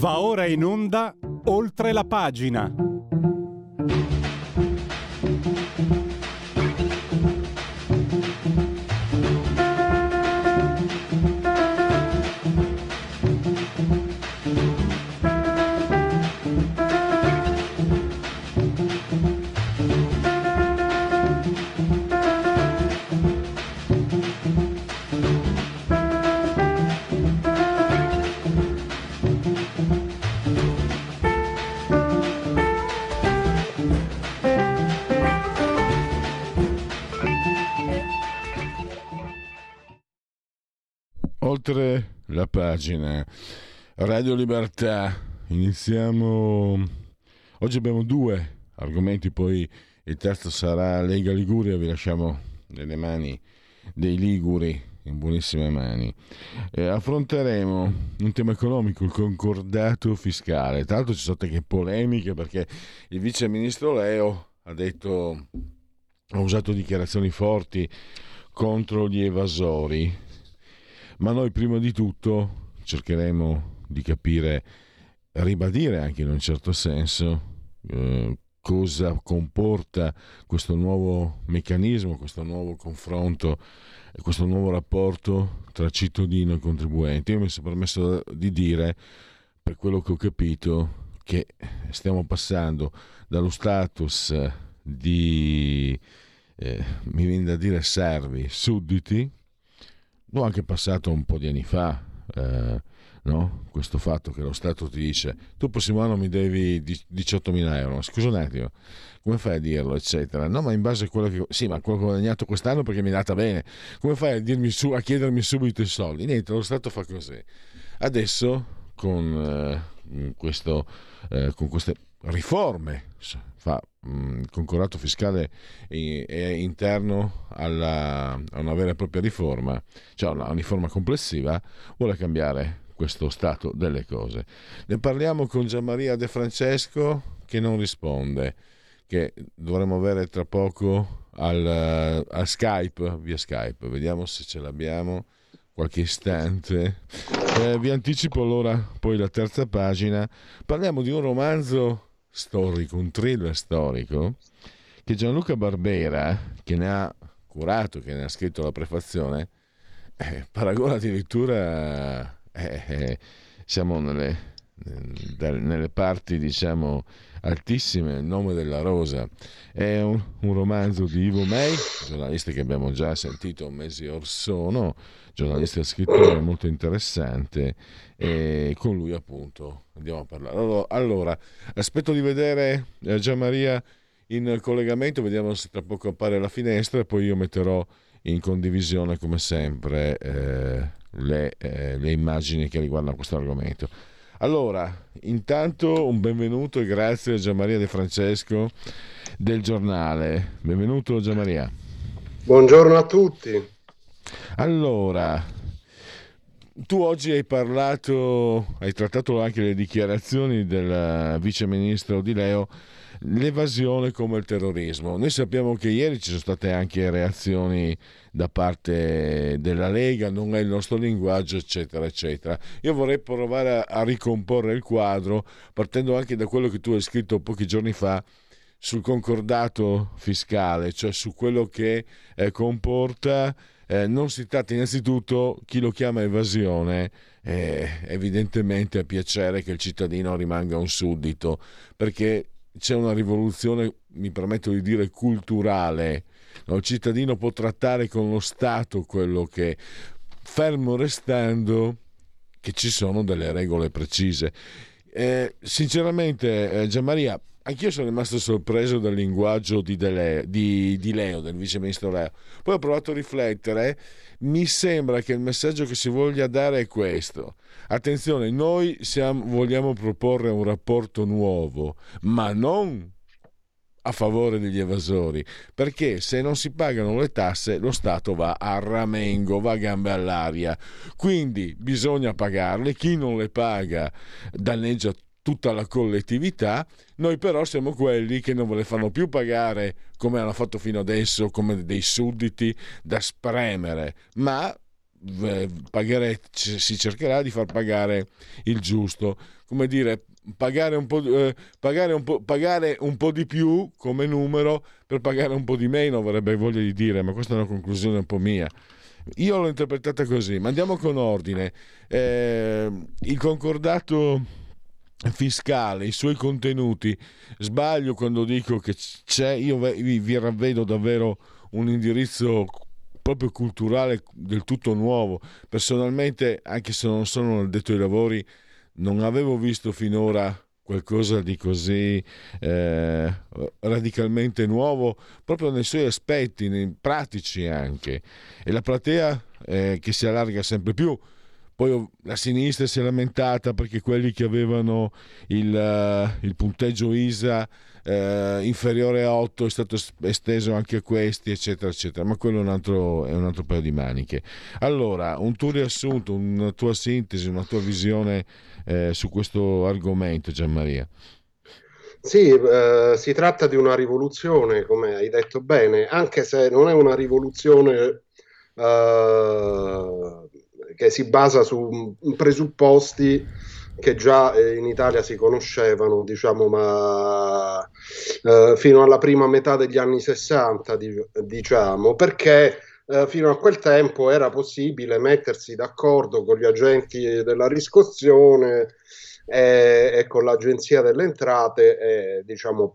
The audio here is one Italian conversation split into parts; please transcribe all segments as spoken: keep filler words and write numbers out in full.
Va ora in onda Oltre la pagina. Oltre la pagina, Radio Libertà. Iniziamo. Oggi abbiamo due argomenti, poi il terzo sarà Lega Liguria. Vi lasciamo nelle mani dei liguri, in buonissime mani. Eh, affronteremo un tema economico, il concordato fiscale. Tra l'altro ci sono state anche polemiche perché il vice ministro Leo ha detto, ha usato dichiarazioni forti contro gli evasori. Ma noi prima di tutto cercheremo di capire, ribadire anche in un certo senso eh, cosa comporta questo nuovo meccanismo, questo nuovo confronto, questo nuovo rapporto tra cittadino e contribuente. Io mi sono permesso di dire, per quello che ho capito, che stiamo passando dallo status di, eh, mi viene da dire, servi, sudditi. L'ho anche passato un po' di anni fa, eh, no? Questo fatto che lo Stato ti dice: tu prossimo anno mi devi diciottomila euro. Scusa un attimo, come fai a dirlo, eccetera? No, ma in base a quello che... Sì, ma quello che ho guadagnato quest'anno perché mi è andata bene. Come fai a, dirmi su, a chiedermi subito i soldi? Niente, lo Stato fa così. Adesso, con, eh, questo, eh, con queste riforme, fa mh, il concordato fiscale è interno alla, a una vera e propria riforma, cioè una riforma complessiva, vuole cambiare questo stato delle cose. Ne parliamo con Gianmaria De Francesco, che non risponde, che dovremo avere tra poco al, al Skype, via Skype. Vediamo se ce l'abbiamo qualche istante. Eh, vi anticipo allora poi la terza pagina. Parliamo di un romanzo storico, un thriller storico che Gianluca Barbera, che ne ha curato, che ne ha scritto la prefazione, eh, paragona addirittura, eh, eh, siamo nelle, nelle parti, diciamo, altissime. Il nome della rosa è un, un romanzo di Ivo May, giornalista che abbiamo già sentito mesi or sono, giornalista e scrittore molto interessante, e con lui appunto andiamo a parlare. Allora, allora aspetto di vedere eh, Gianmaria in collegamento, vediamo se tra poco appare alla finestra e poi io metterò in condivisione come sempre eh, le, eh, le immagini che riguardano questo argomento. Allora, intanto un benvenuto e grazie a Gianmaria De Francesco del Giornale. Benvenuto Gianmaria. Buongiorno a tutti. Allora, tu oggi hai parlato, hai trattato anche le dichiarazioni del vice ministro Di Leo, l'evasione come il terrorismo. Noi sappiamo che ieri ci sono state anche reazioni da parte della Lega, non è il nostro linguaggio, eccetera, eccetera. Io vorrei provare a, a ricomporre il quadro, partendo anche da quello che tu hai scritto pochi giorni fa sul concordato fiscale, cioè su quello che eh, comporta. Eh, non si tratta innanzitutto, chi lo chiama evasione, eh, evidentemente a piacere che il cittadino rimanga un suddito, perché c'è una rivoluzione, mi permetto di dire, culturale. No? Il cittadino può trattare con lo Stato quello che, fermo restando che ci sono delle regole precise. Eh, sinceramente, eh, Gianmaria, anch'io sono rimasto sorpreso dal linguaggio di, Dele, di, di Leo, del vice ministro Leo. Poi ho provato a riflettere, mi sembra che il messaggio che si voglia dare è questo: attenzione, noi siamo, vogliamo proporre un rapporto nuovo, ma non a favore degli evasori, perché se non si pagano le tasse lo Stato va a ramengo, va a gambe all'aria, quindi bisogna pagarle, chi non le paga danneggia tutta la collettività. Noi però siamo quelli che non ve le fanno più pagare come hanno fatto fino adesso, come dei sudditi da spremere, ma pagare, si cercherà di far pagare il giusto, come dire, pagare un po', eh, pagare un po', pagare un po' di più come numero per pagare un po' di meno, avrebbe voglia di dire, ma questa è una conclusione un po' mia. Io l'ho interpretata così, ma andiamo con ordine. Eh, il concordato fiscale, i suoi contenuti, sbaglio quando dico che c'è, io vi, vi ravvedo davvero un indirizzo proprio culturale del tutto nuovo. Personalmente, anche se non sono addetto ai lavori, non avevo visto finora qualcosa di così eh, radicalmente nuovo proprio nei suoi aspetti, nei pratici anche, e la platea eh, che si allarga sempre più. Poi la sinistra si è lamentata perché quelli che avevano il, uh, il punteggio I S A eh, inferiore a otto è stato esteso anche a questi, eccetera, eccetera. Ma quello è un altro, è un altro paio di maniche. Allora, un tuo riassunto, una tua sintesi, una tua visione eh, su questo argomento, Gianmaria. Sì, eh, si tratta di una rivoluzione, come hai detto bene, anche se non è una rivoluzione eh, che si basa su presupposti che già eh, in Italia si conoscevano, diciamo, ma eh, fino alla prima metà degli anni sessanta, di- diciamo, perché eh, fino a quel tempo era possibile mettersi d'accordo con gli agenti della riscossione e, e con l'Agenzia delle Entrate e, diciamo,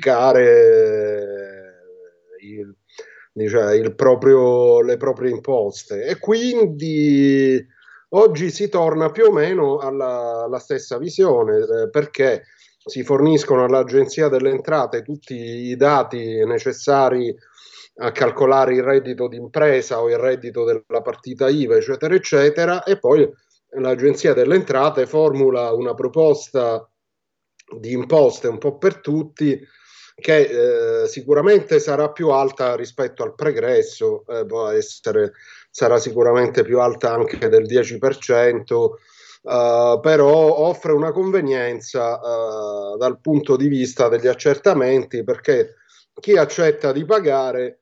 pianificare eh, il, diciamo, il proprio, le proprie imposte. E quindi oggi si torna più o meno alla, alla stessa visione, eh, perché si forniscono all'Agenzia delle Entrate tutti i dati necessari a calcolare il reddito d'impresa o il reddito della partita I V A, eccetera, eccetera, e poi l'Agenzia delle Entrate formula una proposta di imposte un po' per tutti che eh, sicuramente sarà più alta rispetto al pregresso, eh, può essere, sarà sicuramente più alta anche del dieci per cento, Uh, però offre una convenienza uh, dal punto di vista degli accertamenti, perché chi accetta di pagare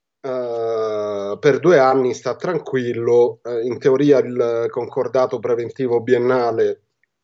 uh, per due anni sta tranquillo. Uh, in teoria il concordato preventivo biennale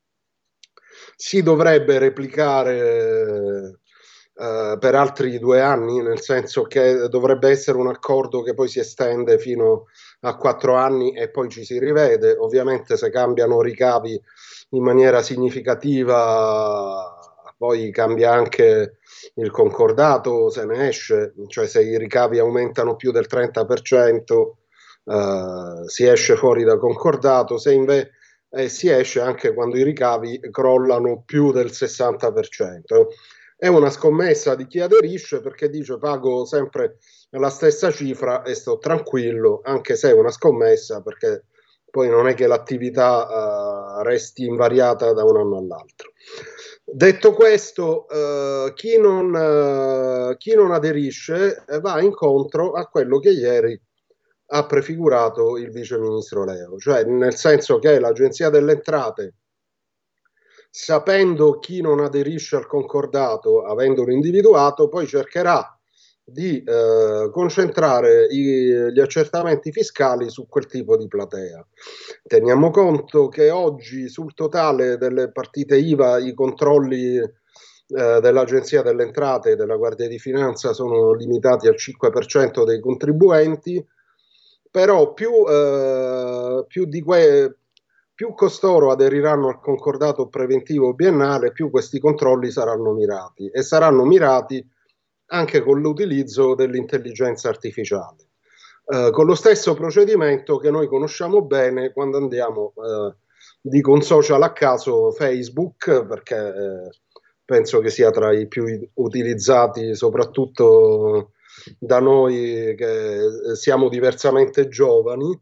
si dovrebbe replicare Uh, per altri due anni, nel senso che dovrebbe essere un accordo che poi si estende fino a quattro anni e poi ci si rivede. Ovviamente se cambiano ricavi in maniera significativa, poi cambia anche il concordato, se ne esce, cioè se i ricavi aumentano più del trenta per cento uh, si esce fuori dal concordato, se invece eh, si esce anche quando i ricavi crollano più del sessanta per cento. È una scommessa di chi aderisce perché dice pago sempre la stessa cifra e sto tranquillo, anche se è una scommessa perché poi non è che l'attività uh, resti invariata da un anno all'altro. Detto questo, uh, chi, non, uh, chi non aderisce eh, va incontro a quello che ieri ha prefigurato il vice ministro Leo, cioè nel senso che l'Agenzia delle Entrate, sapendo chi non aderisce al concordato, avendolo individuato, poi cercherà di eh, concentrare i, gli accertamenti fiscali su quel tipo di platea. Teniamo conto che oggi sul totale delle partite I V A i controlli eh, dell'Agenzia delle Entrate e della Guardia di Finanza sono limitati al cinque per cento dei contribuenti, però più, eh, più di que- più costoro aderiranno al concordato preventivo biennale, più questi controlli saranno mirati e saranno mirati anche con l'utilizzo dell'intelligenza artificiale, eh, con lo stesso procedimento che noi conosciamo bene quando andiamo, eh, dico un social a caso, Facebook, perché eh, penso che sia tra i più utilizzati soprattutto da noi che siamo diversamente giovani.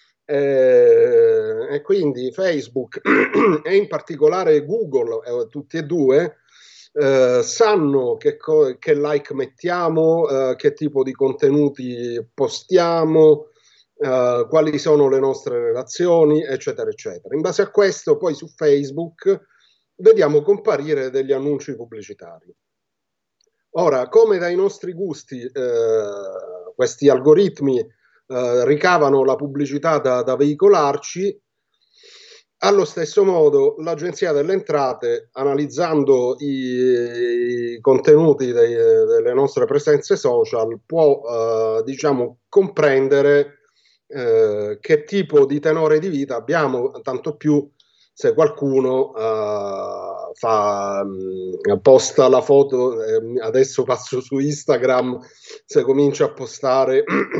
Eh, e quindi Facebook e in particolare Google, eh, tutti e due, eh, sanno che, co- che like mettiamo, eh, che tipo di contenuti postiamo, eh, quali sono le nostre relazioni, eccetera, eccetera. In base a questo, poi su Facebook vediamo comparire degli annunci pubblicitari. Ora, come dai nostri gusti, eh, questi algoritmi eh, ricavano la pubblicità da, da veicolarci. Allo stesso modo, l'Agenzia delle Entrate, analizzando i, i contenuti dei, delle nostre presenze social, può eh, diciamo comprendere eh, che tipo di tenore di vita abbiamo, tanto più se qualcuno uh, fa, mh, posta la foto, eh, adesso passo su Instagram, se comincia a postare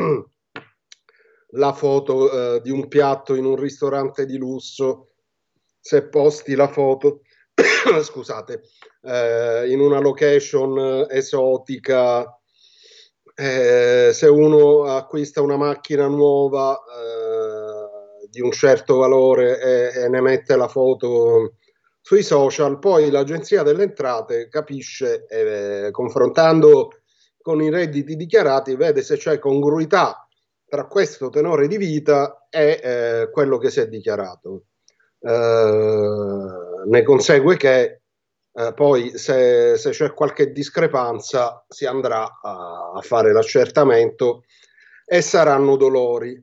la foto uh, di un piatto in un ristorante di lusso, se posti la foto, scusate, eh, in una location esotica, eh, se uno acquista una macchina nuova, eh, di un certo valore e, e ne mette la foto sui social, poi l'Agenzia delle Entrate capisce, eh, confrontando con i redditi dichiarati, vede se c'è congruità tra questo tenore di vita e eh, quello che si è dichiarato. Eh, ne consegue che eh, poi se, se c'è qualche discrepanza si andrà a, a fare l'accertamento e saranno dolori.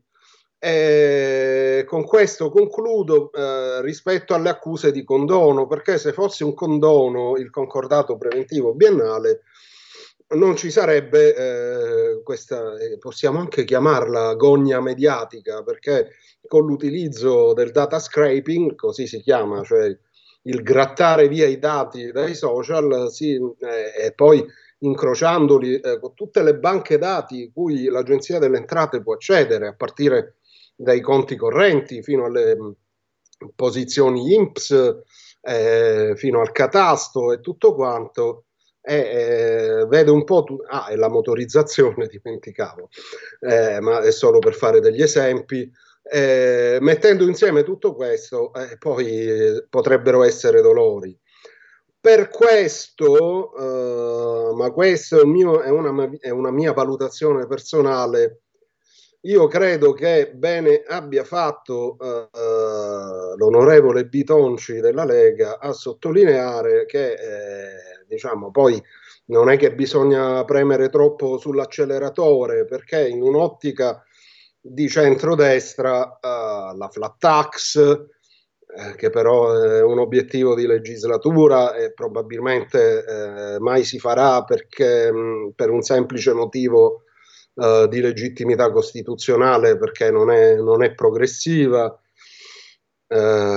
E con questo concludo eh, rispetto alle accuse di condono, perché se fosse un condono il concordato preventivo biennale non ci sarebbe eh, questa, eh, possiamo anche chiamarla gogna mediatica, perché con l'utilizzo del data scraping, così si chiama, cioè il grattare via i dati dai social, sì, eh, e poi incrociandoli eh, con tutte le banche dati cui l'Agenzia delle Entrate può accedere, a partire dai conti correnti fino alle mh, posizioni I N P S, eh, fino al catasto e tutto quanto. E, eh, vede un po' tu- ah, e la motorizzazione, dimenticavo, eh, ma è solo per fare degli esempi. Eh, mettendo insieme tutto questo, eh, poi eh, potrebbero essere dolori. Per questo, eh, ma questo è, un mio, è, una, è una mia valutazione personale, io credo che bene abbia fatto eh, l'onorevole Bitonci della Lega a sottolineare che eh, diciamo poi non è che bisogna premere troppo sull'acceleratore, perché in un'ottica di centrodestra eh, la flat tax, eh, che però è un obiettivo di legislatura e probabilmente eh, mai si farà, perché mh, per un semplice motivo Uh, di legittimità costituzionale, perché non è, non è progressiva, uh,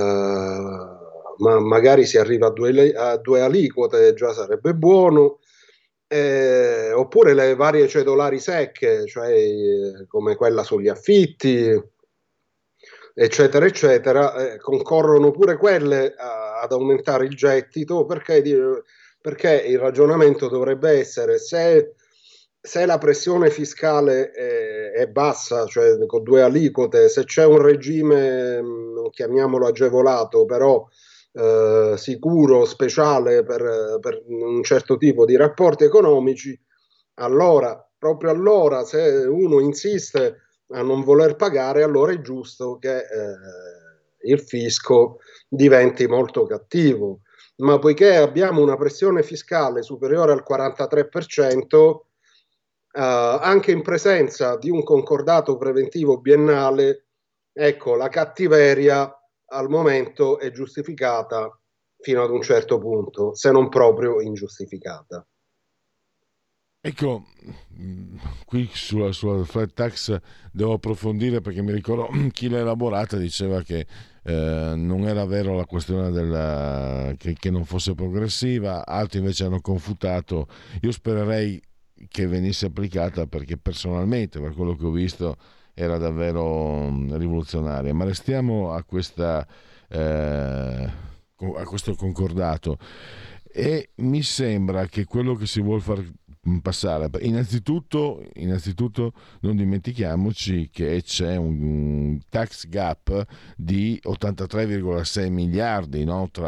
ma magari si arriva a due, a due aliquote, già sarebbe buono, eh, oppure le varie cedolari secche, cioè eh, come quella sugli affitti, eccetera, eccetera, eh, concorrono pure quelle a, ad aumentare il gettito, perché, perché il ragionamento dovrebbe essere: se se la pressione fiscale è, è bassa, cioè con due aliquote, se c'è un regime, mh, chiamiamolo agevolato, però eh, sicuro, speciale per, per un certo tipo di rapporti economici, allora, proprio allora, se uno insiste a non voler pagare, allora è giusto che eh, il fisco diventi molto cattivo. Ma poiché abbiamo una pressione fiscale superiore al quarantatré per cento, Uh, anche in presenza di un concordato preventivo biennale, ecco, la cattiveria al momento è giustificata fino ad un certo punto, se non proprio ingiustificata. Ecco, qui sulla, sulla flat tax devo approfondire, perché mi ricordo chi l'ha elaborata diceva che eh, non era vero la questione della, che, che non fosse progressiva, altri invece hanno confutato. Io spererei che venisse applicata, perché personalmente, per quello che ho visto, era davvero rivoluzionaria. Ma restiamo a questa eh, a questo concordato, e mi sembra che quello che si vuol far passare, innanzitutto, innanzitutto non dimentichiamoci che c'è un tax gap di ottantatré virgola sei miliardi, no? Tra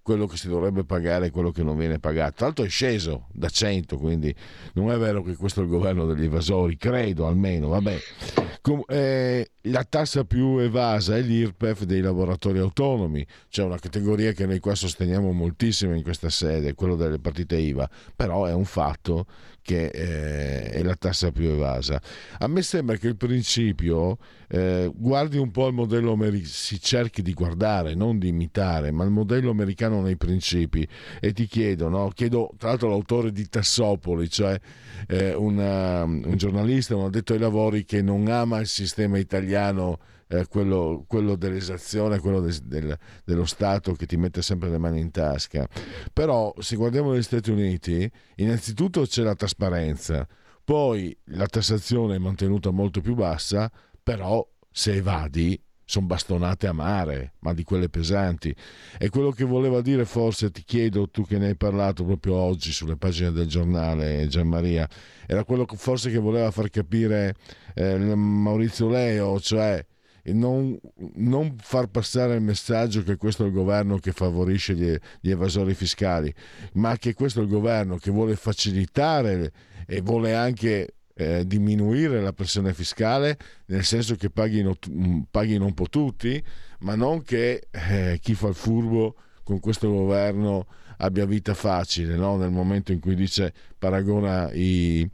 quello che si dovrebbe pagare e quello che non viene pagato. Tra l'altro è sceso da cento, quindi non è vero che questo è il governo degli evasori, credo almeno, vabbè. Com- eh, la tassa più evasa è l'I R P E F dei lavoratori autonomi, c'è una categoria che noi qua sosteniamo moltissimo in questa sede, quello delle partite I V A, però è un fatto che eh, è la tassa più evasa. A me sembra che il principio eh, guardi un po' il modello americano, si cerchi di guardare, non di imitare, ma il modello americano nei principi, e ti chiedo, no? Chiedo tra l'altro l'autore di Tassopoli, cioè eh, una, un giornalista, un addetto ai lavori che non ama il sistema italiano, eh, quello, quello dell'esazione, quello de, del, dello Stato che ti mette sempre le mani in tasca. Però se guardiamo negli Stati Uniti, innanzitutto c'è la trasparenza, poi la tassazione è mantenuta molto più bassa, però se evadi sono bastonate amare, ma di quelle pesanti. E quello che voleva dire, forse ti chiedo, tu che ne hai parlato proprio oggi sulle pagine del giornale, Gianmaria, era quello che forse che voleva far capire eh, Maurizio Leo, cioè non, non far passare il messaggio che questo è il governo che favorisce gli, gli evasori fiscali, ma che questo è il governo che vuole facilitare e vuole anche Eh, diminuire la pressione fiscale, nel senso che paghino, paghino un po' tutti, ma non che eh, chi fa il furbo con questo governo abbia vita facile, no? Nel momento in cui dice, paragona i,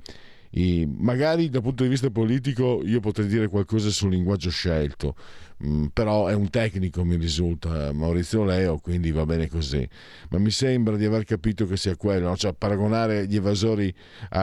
i magari dal punto di vista politico io potrei dire qualcosa sul linguaggio scelto, mh, però è un tecnico, mi risulta, Maurizio Leo, quindi va bene così, ma mi sembra di aver capito che sia quello, no? Cioè paragonare gli evasori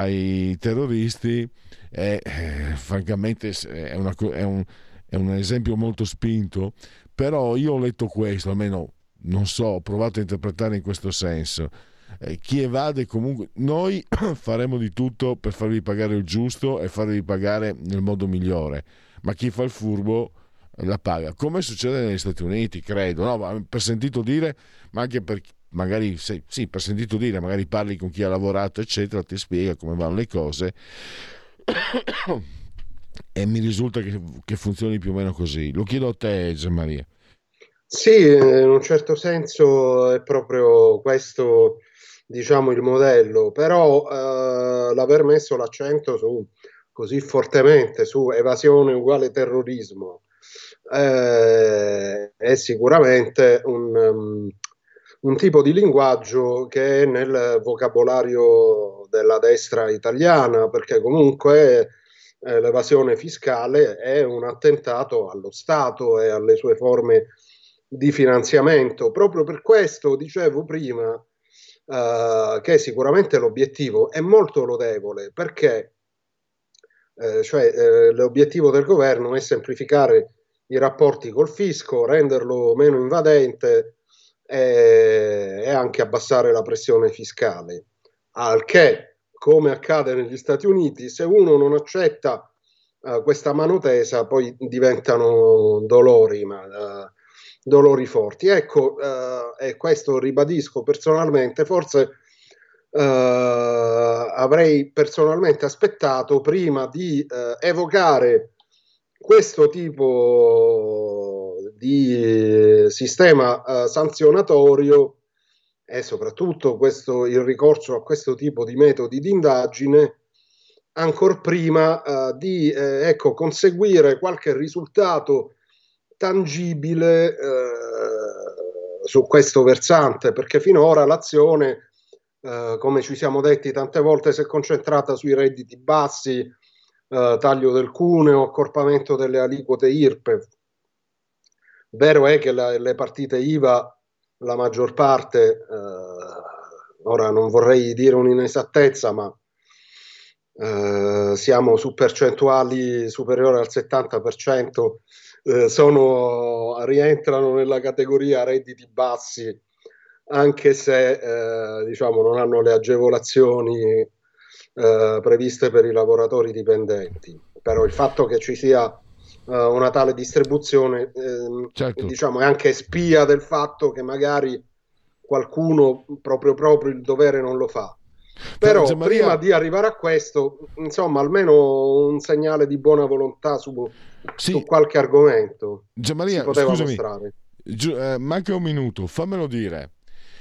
ai terroristi è eh, francamente è, una, è, un, è un esempio molto spinto, però io ho letto questo, almeno non so, ho provato a interpretare in questo senso. Eh, chi evade comunque, noi faremo di tutto per farvi pagare il giusto e farvi pagare nel modo migliore, ma chi fa il furbo la paga, come succede negli Stati Uniti, credo, no? Per sentito dire, ma anche per magari sì, sì, per sentito dire, magari parli con chi ha lavorato eccetera, ti spiega come vanno le cose e mi risulta che, che funzioni più o meno così. Lo chiedo a te, Gianmaria. Sì, in un certo senso è proprio questo, diciamo, il modello, però eh, l'aver messo l'accento su così fortemente su evasione uguale terrorismo eh, è sicuramente un, um, un tipo di linguaggio che è nel vocabolario della destra italiana, perché comunque eh, l'evasione fiscale è un attentato allo Stato e alle sue forme di finanziamento. Proprio per questo dicevo prima uh, che sicuramente l'obiettivo è molto lodevole, perché eh, cioè, eh, l'obiettivo del governo è semplificare i rapporti col fisco, renderlo meno invadente e, e anche abbassare la pressione fiscale, al che, come accade negli Stati Uniti, se uno non accetta uh, questa mano tesa, poi diventano dolori, ma uh, dolori forti. Ecco, uh, e questo ribadisco personalmente, forse uh, avrei personalmente aspettato prima di uh, evocare questo tipo di sistema uh, sanzionatorio e soprattutto questo, il ricorso a questo tipo di metodi di indagine, ancor prima uh, di eh, ecco, conseguire qualche risultato tangibile eh, su questo versante, perché finora l'azione, eh, come ci siamo detti tante volte, si è concentrata sui redditi bassi, eh, taglio del cuneo, accorpamento delle aliquote I R P E F. Vero è che la, le partite I V A, la maggior parte, eh, ora non vorrei dire un'inesattezza, ma eh, siamo su percentuali superiori al settanta per cento, eh, sono, rientrano nella categoria redditi bassi, anche se eh, diciamo non hanno le agevolazioni eh, previste per i lavoratori dipendenti. Però il fatto che ci sia uh, una tale distribuzione eh, Certo. diciamo è anche spia del fatto che magari qualcuno proprio proprio il dovere non lo fa. Però Gianmaria, prima di arrivare a questo, insomma, almeno un segnale di buona volontà su, sì, su qualche argomento Gianmaria, si poteva scusami, mostrare. Gi- eh, manca un minuto, fammelo dire.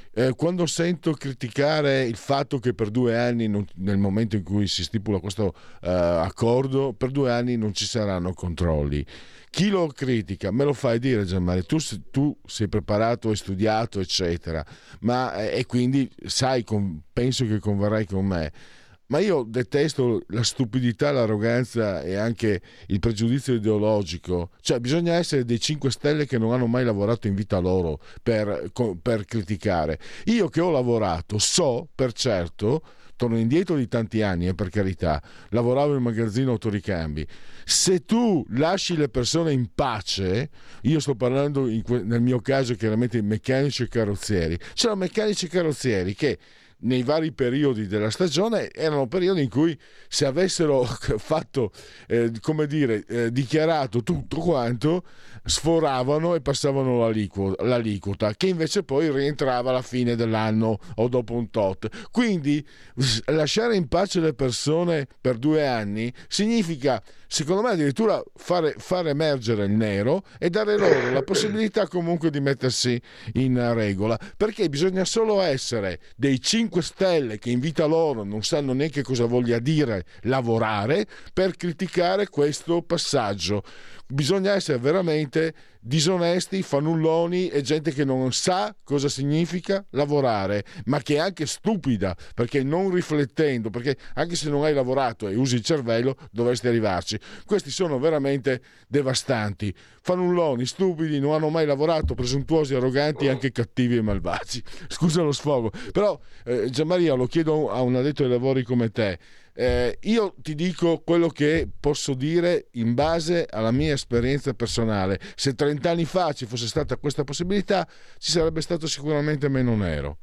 eh, quando sento criticare il fatto che per due anni, non, nel momento in cui si stipula questo eh, accordo, per due anni non ci saranno controlli. Chi lo critica me lo fai dire, Gianmaria, tu, tu sei preparato, hai studiato eccetera, ma e quindi sai, con, penso che converrai con me, ma io detesto la stupidità, l'arroganza e anche il pregiudizio ideologico. Cioè bisogna essere dei cinque Stelle che non hanno mai lavorato in vita loro per, per criticare. Io che ho lavorato so per certo, torno indietro di tanti anni, eh, per carità, lavoravo in magazzino autoricambi. Se tu lasci le persone in pace, io sto parlando in, nel mio caso chiaramente meccanici e carrozzieri, c'erano meccanici e carrozzieri che nei vari periodi della stagione erano periodi in cui se avessero fatto eh, come dire eh, dichiarato tutto quanto, sforavano e passavano l'aliquota, l'aliquota che invece poi rientrava alla fine dell'anno o dopo un tot. Quindi lasciare in pace le persone per due anni significa, secondo me, addirittura fare, far emergere il nero e dare loro la possibilità comunque di mettersi in regola, perché bisogna solo essere dei cinque Stelle che in vita loro non sanno neanche cosa voglia dire lavorare per criticare questo passaggio. Bisogna essere veramente disonesti, fannulloni e gente che non sa cosa significa lavorare, ma che è anche stupida, perché non riflettendo, perché anche se non hai lavorato e usi il cervello dovresti arrivarci. Questi sono veramente devastanti, fannulloni, stupidi, non hanno mai lavorato, presuntuosi, arroganti e anche cattivi e malvagi. Scusa lo sfogo, però eh, Gianmaria, lo chiedo a un addetto ai lavori come te. Eh, io ti dico quello che posso dire in base alla mia esperienza personale. Se trent'anni fa ci fosse stata questa possibilità, ci sarebbe stato sicuramente meno nero.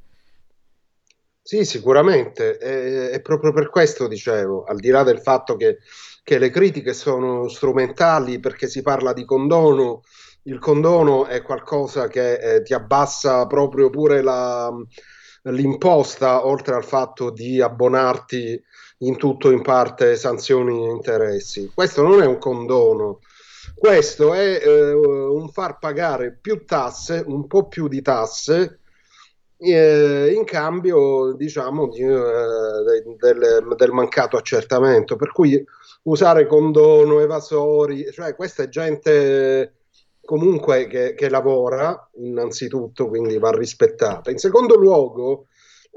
Sì, sicuramente, è, è proprio per questo dicevo, al di là del fatto che, che le critiche sono strumentali perché si parla di condono, il condono è qualcosa che eh, ti abbassa proprio pure la, l'imposta, oltre al fatto di abbonarti in tutto o in parte sanzioni e interessi. Questo non è un condono, questo è eh, un far pagare più tasse, un po' più di tasse, eh, in cambio, diciamo, di, eh, del, del mancato accertamento. Per cui usare condono, evasori, cioè questa è gente comunque che, che lavora, innanzitutto, quindi va rispettata. In secondo luogo,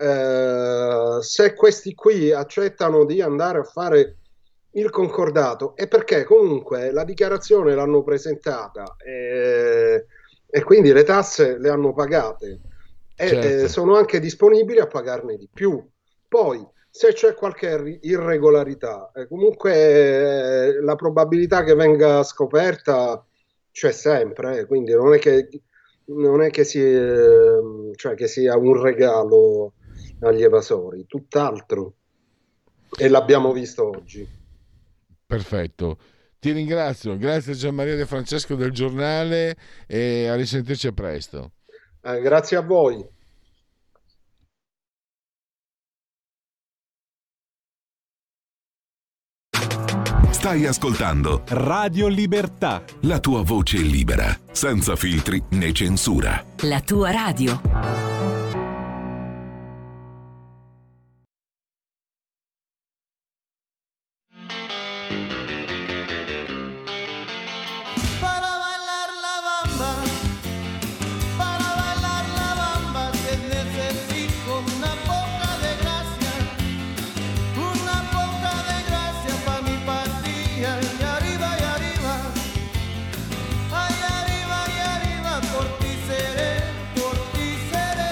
Uh, se questi qui accettano di andare a fare il concordato è perché comunque la dichiarazione l'hanno presentata e, e quindi le tasse le hanno pagate e certo. eh, sono anche disponibili a pagarne di più. Poi se c'è qualche irregolarità eh, comunque eh, la probabilità che venga scoperta c'è sempre, eh, quindi non è che non è che, si, eh, cioè che sia un regalo agli evasori, tutt'altro, e l'abbiamo visto oggi. Perfetto, ti ringrazio, grazie a Gianmaria De Francesco del Giornale e a risentirci a presto. Eh, grazie a voi. Stai ascoltando Radio Libertà, la tua voce libera, senza filtri né censura. La tua radio. Por ti seré, por ti seré.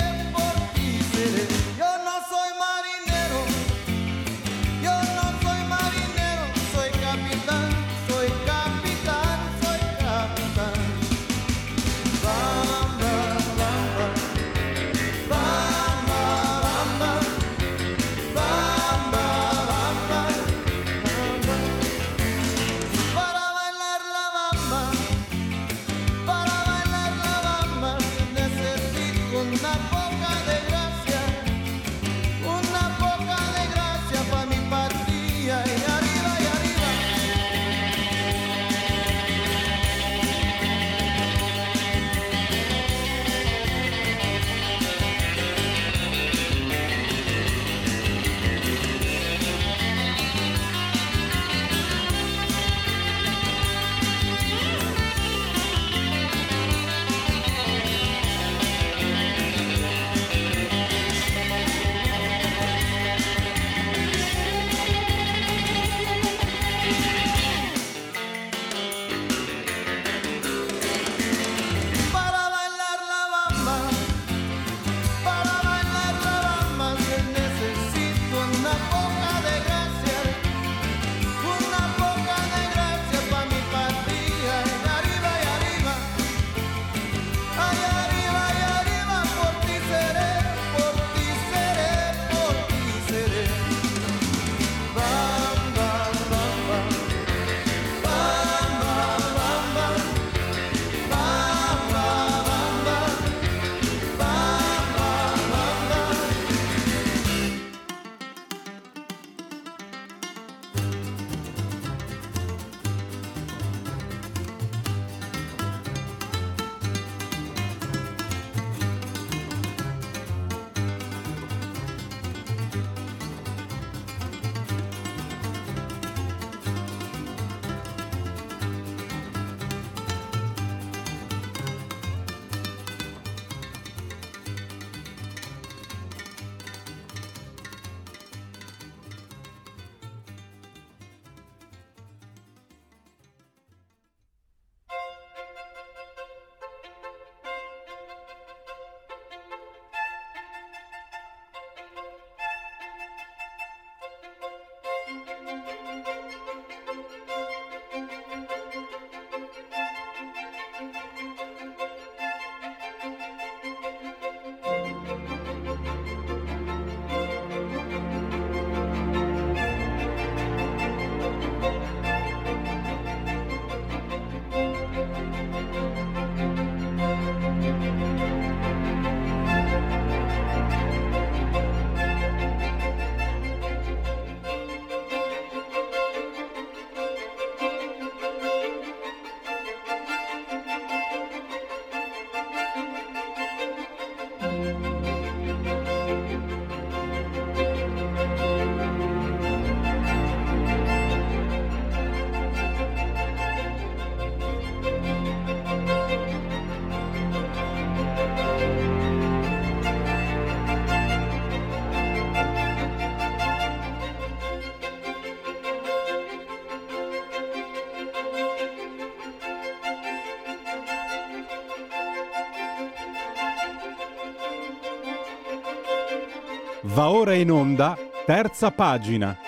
Va ora in onda, terza pagina.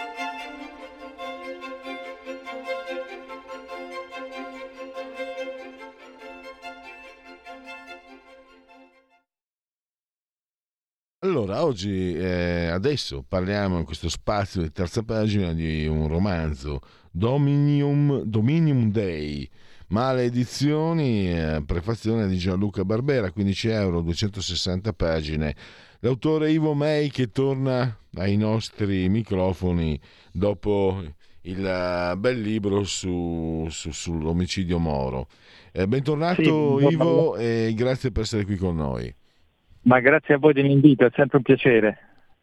Allora, oggi, eh, adesso parliamo in questo spazio di terza pagina di un romanzo, Dominium, Dominium Dei, Maledizioni, eh, prefazione di Gianluca Barbera, quindici euro, duecentosessanta pagine. L'autore Ivo May che torna ai nostri microfoni dopo il uh, bel libro su, su, sull'omicidio Moro. Eh, bentornato Sì, Ivo e grazie per essere qui con noi. Ma grazie a voi dell'invito, è sempre un piacere.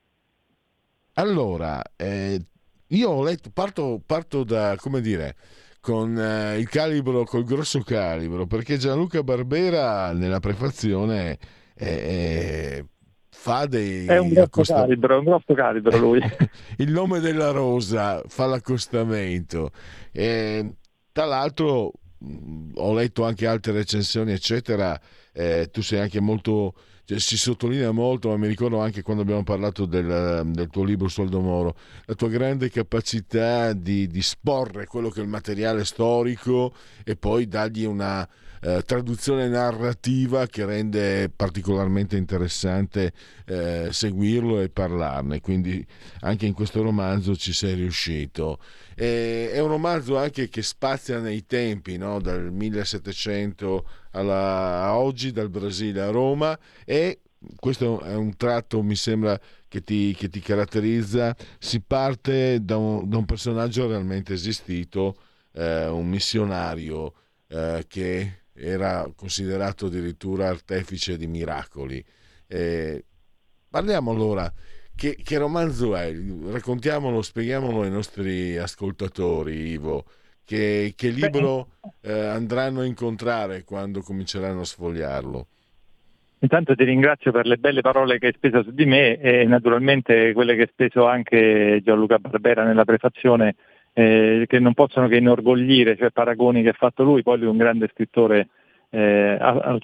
Allora, eh, io ho letto, parto, parto da, come dire, con eh, il calibro, col grosso calibro, perché Gianluca Barbera nella prefazione eh, eh, fa dei È un grosso accosta- calibro, è un grosso calibro lui. il nome della rosa fa l'accostamento. E, tra l'altro mh, ho letto anche altre recensioni, eccetera. Eh, tu sei anche molto, cioè, si sottolinea molto, ma mi ricordo anche quando abbiamo parlato del, del tuo libro su Aldo Moro, la tua grande capacità di disporre quello che è il materiale storico e poi dargli una eh, traduzione narrativa che rende particolarmente interessante eh, seguirlo e parlarne. Quindi anche in questo romanzo ci sei riuscito. E, è un romanzo anche che spazia nei tempi, no? Dal millesettecento alla, a oggi, dal Brasile a Roma, e questo è un tratto, mi sembra, che ti, che ti caratterizza. Si parte da un, da un personaggio realmente esistito, eh, un missionario eh, che era considerato addirittura artefice di miracoli. Eh, parliamo allora, che, che romanzo è? Raccontiamolo, spieghiamolo ai nostri ascoltatori, Ivo. Che, che libro eh, andranno a incontrare quando cominceranno a sfogliarlo? Intanto ti ringrazio per le belle parole che hai speso su di me e naturalmente quelle che ha speso anche Gianluca Barbera nella prefazione, eh, che non possono che inorgoglire, cioè paragoni che ha fatto lui. Poi lui è un grande scrittore, eh,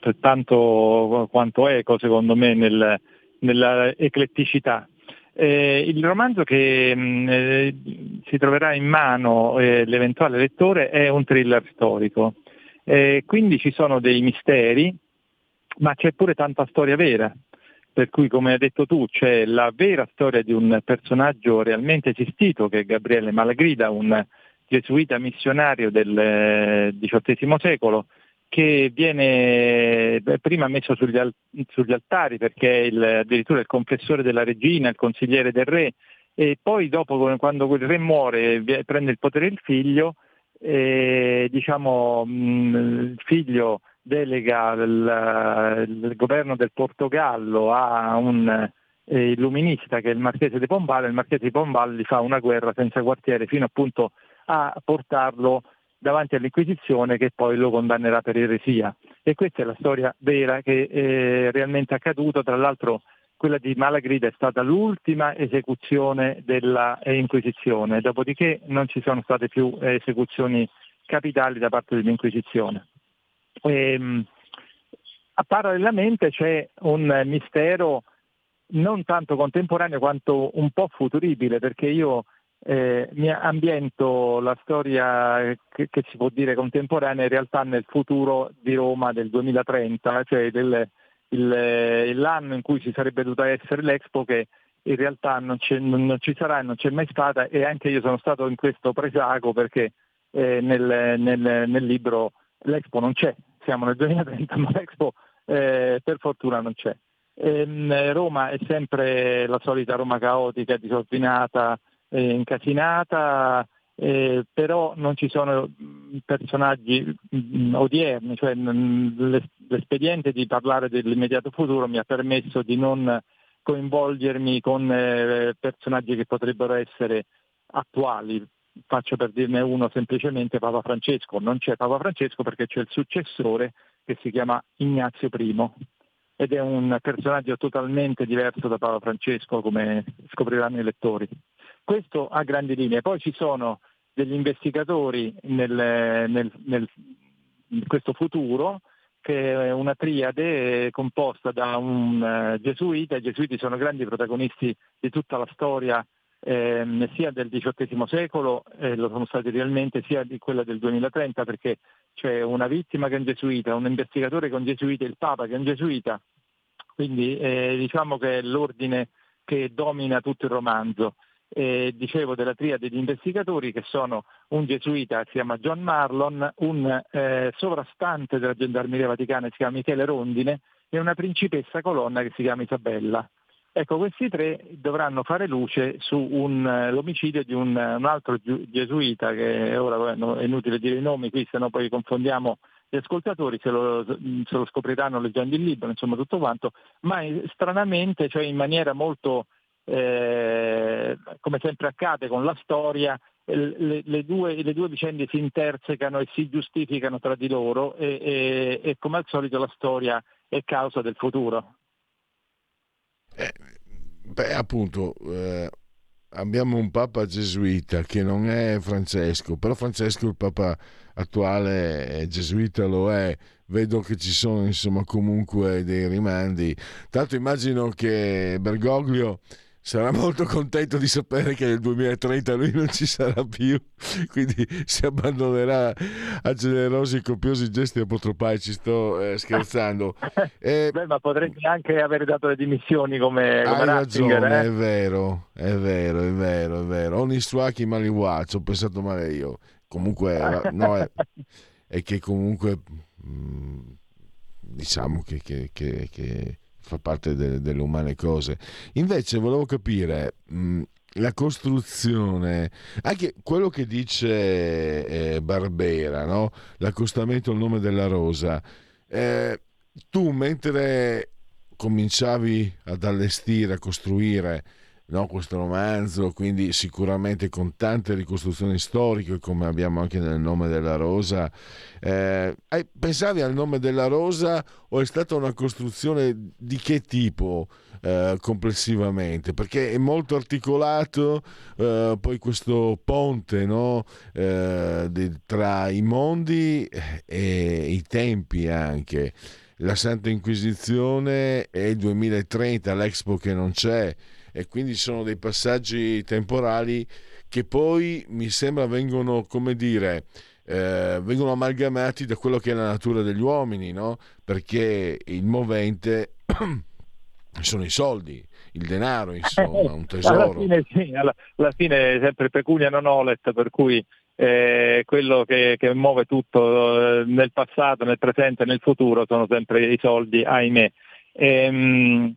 altrettanto quanto eco secondo me nel, nella ecletticità. Eh, il romanzo che mh, eh, si troverà in mano eh, l'eventuale lettore è un thriller storico, eh, quindi ci sono dei misteri, ma c'è pure tanta storia vera, per cui, come hai detto tu, c'è la vera storia di un personaggio realmente esistito, che è Gabriele Malagrida, un gesuita missionario del diciottesimo secolo, che viene beh, prima messo sugli, al- sugli altari perché è il, addirittura il confessore della regina, il consigliere del re, e poi dopo, quando quel re muore, vi- prende il potere il figlio, e diciamo mh, il figlio delega il, il governo del Portogallo a un eh, illuminista che è il Marchese di Pombal, e il Marchese di Pombal gli fa una guerra senza quartiere fino appunto a portarlo davanti all'Inquisizione, che poi lo condannerà per eresia. E questa è la storia vera che è realmente accaduta. Tra l'altro quella di Malagrida è stata l'ultima esecuzione della Inquisizione, dopodiché non ci sono state più esecuzioni capitali da parte dell'Inquisizione. E, parallelamente c'è un mistero non tanto contemporaneo quanto un po' futuribile, perché io eh, mi ambiento la storia che, che si può dire contemporanea in realtà nel futuro di Roma del duemilatrenta, cioè del, il, l'anno in cui ci sarebbe dovuta essere l'Expo, che in realtà non, c'è, non, non ci sarà e non c'è mai stata, e anche io sono stato in questo presago perché eh, nel, nel, nel libro l'Expo non c'è, siamo nel duemilatrenta ma l'Expo eh, per fortuna non c'è. E, Roma è sempre la solita Roma caotica, disordinata, eh, incasinata, eh, però non ci sono personaggi mh, odierni, cioè mh, l'espediente di parlare dell'immediato futuro mi ha permesso di non coinvolgermi con eh, personaggi che potrebbero essere attuali. Faccio per dirne uno semplicemente, Papa Francesco. Non c'è Papa Francesco perché c'è il successore che si chiama Ignazio I ed è un personaggio totalmente diverso da Papa Francesco, come scopriranno i lettori. Questo a grandi linee. Poi ci sono degli investigatori nel, nel, nel, in questo futuro che è una triade composta da un uh, gesuita. I gesuiti sono grandi protagonisti di tutta la storia ehm, sia del diciottesimo secolo, eh, lo sono stati realmente, sia di quella del duemilatrenta, perché c'è una vittima che è un gesuita, un investigatore che è un gesuita, il Papa che è un gesuita, quindi eh, diciamo che è l'ordine che domina tutto il romanzo. Eh, dicevo della triade di investigatori, che sono un gesuita che si chiama John Marlon, un eh, sovrastante della Gendarmeria Vaticana che si chiama Michele Rondine e una principessa colonna che si chiama Isabella. Ecco, questi tre dovranno fare luce su un, uh, l'omicidio di un, un altro giu- gesuita, che ora no, è inutile dire i nomi qui, se no poi confondiamo gli ascoltatori, se lo, se lo scopriranno leggendo il libro, insomma tutto quanto, ma stranamente, cioè in maniera molto Eh, come sempre accade con la storia, le, le, due, le due vicende si intersecano e si giustificano tra di loro e, e, e come al solito la storia è causa del futuro. Eh, beh, appunto, eh, abbiamo un papa gesuita che non è Francesco, però Francesco, il papa attuale, è gesuita, lo è. Vedo che ci sono insomma comunque dei rimandi. Tanto immagino che Bergoglio sarà molto contento di sapere che nel duemilatrenta lui non ci sarà più, quindi si abbandonerà a generosi e copiosi gesti apotropaici. Ci sto eh, scherzando. Eh, Beh, ma potrebbe anche aver dato le dimissioni come, come hai Ratzinger, ragione, eh? è vero, è vero, è vero, è vero. Ogni suaki maliwatch, ho pensato male io. Comunque, no, è, è che comunque mh, diciamo che, che, che, che fa parte de, delle umane cose. Invece volevo capire mh, la costruzione, anche quello che dice eh, Barbera, no? L'accostamento al nome della rosa. Eh, tu mentre cominciavi ad allestire, a costruire, no, questo romanzo, quindi sicuramente con tante ricostruzioni storiche, come abbiamo anche nel nome della rosa, eh, pensavi al nome della rosa o è stata una costruzione di che tipo eh, complessivamente? Perché è molto articolato, eh, poi questo ponte, no, eh, di, tra i mondi e i tempi anche. La Santa Inquisizione e il duemilatrenta, l'Expo che non c'è, e quindi sono dei passaggi temporali che poi mi sembra vengono, come dire, eh, vengono amalgamati da quello che è la natura degli uomini, no? Perché il movente sono i soldi, il denaro, insomma, un tesoro. Alla fine sì, alla, alla fine è sempre pecunia non olet, per cui eh, quello che, che muove tutto eh, nel passato, nel presente e nel futuro sono sempre i soldi, ahimè. Ehm,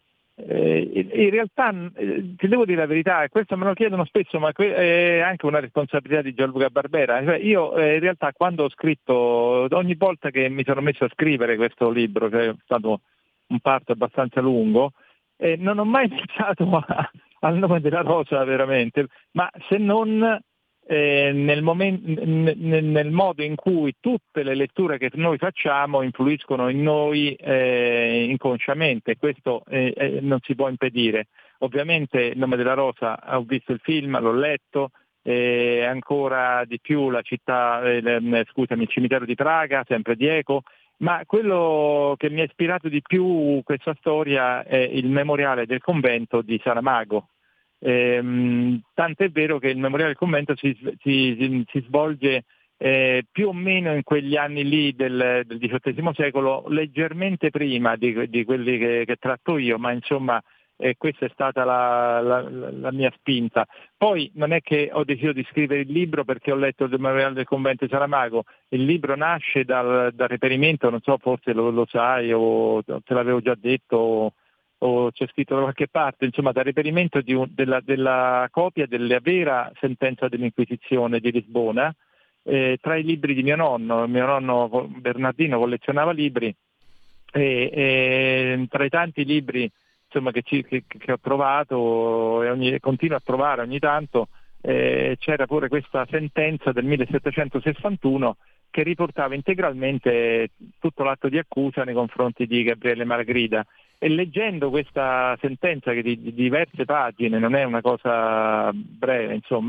Eh, in realtà eh, ti devo dire la verità, e questo me lo chiedono spesso, ma que- è anche una responsabilità di Gianluca Barbera. Cioè, io eh, in realtà quando ho scritto, ogni volta che mi sono messo a scrivere questo libro, che è stato un parto abbastanza lungo, eh, non ho mai pensato a, al nome della rosa veramente, ma se non eh, nel, momen- nel, nel modo in cui tutte le letture che noi facciamo influiscono in noi eh, inconsciamente, questo eh, eh, non si può impedire. Ovviamente il nome della rosa, ho visto il film, l'ho letto, e ancora di più la città, eh, scusami, il cimitero di Praga, sempre di Eco, ma quello che mi ha ispirato di più questa storia è il memoriale del convento di Saramago. Ehm, tant'è vero che il memoriale del convento si, si, si svolge eh, più o meno in quegli anni lì del, del diciottesimo secolo, leggermente prima di, di quelli che, che tratto io, ma insomma eh, questa è stata la, la, la mia spinta. Poi non è che ho deciso di scrivere il libro perché ho letto il memoriale del convento di Saramago, il libro nasce dal, dal reperimento, non so, forse lo, lo sai o te l'avevo già detto o, o c'è scritto da qualche parte, insomma, dal reperimento di un, della, della copia della vera sentenza dell'Inquisizione di Lisbona, eh, tra i libri di mio nonno. Mio nonno Bernardino collezionava libri e, e tra i tanti libri insomma che, ci, che, che ho trovato e ogni, continuo a trovare ogni tanto, eh, c'era pure questa sentenza del millesettecentosessantuno che riportava integralmente tutto l'atto di accusa nei confronti di Gabriele Malagrida. E leggendo questa sentenza, che di, di diverse pagine, non è una cosa breve, insomma,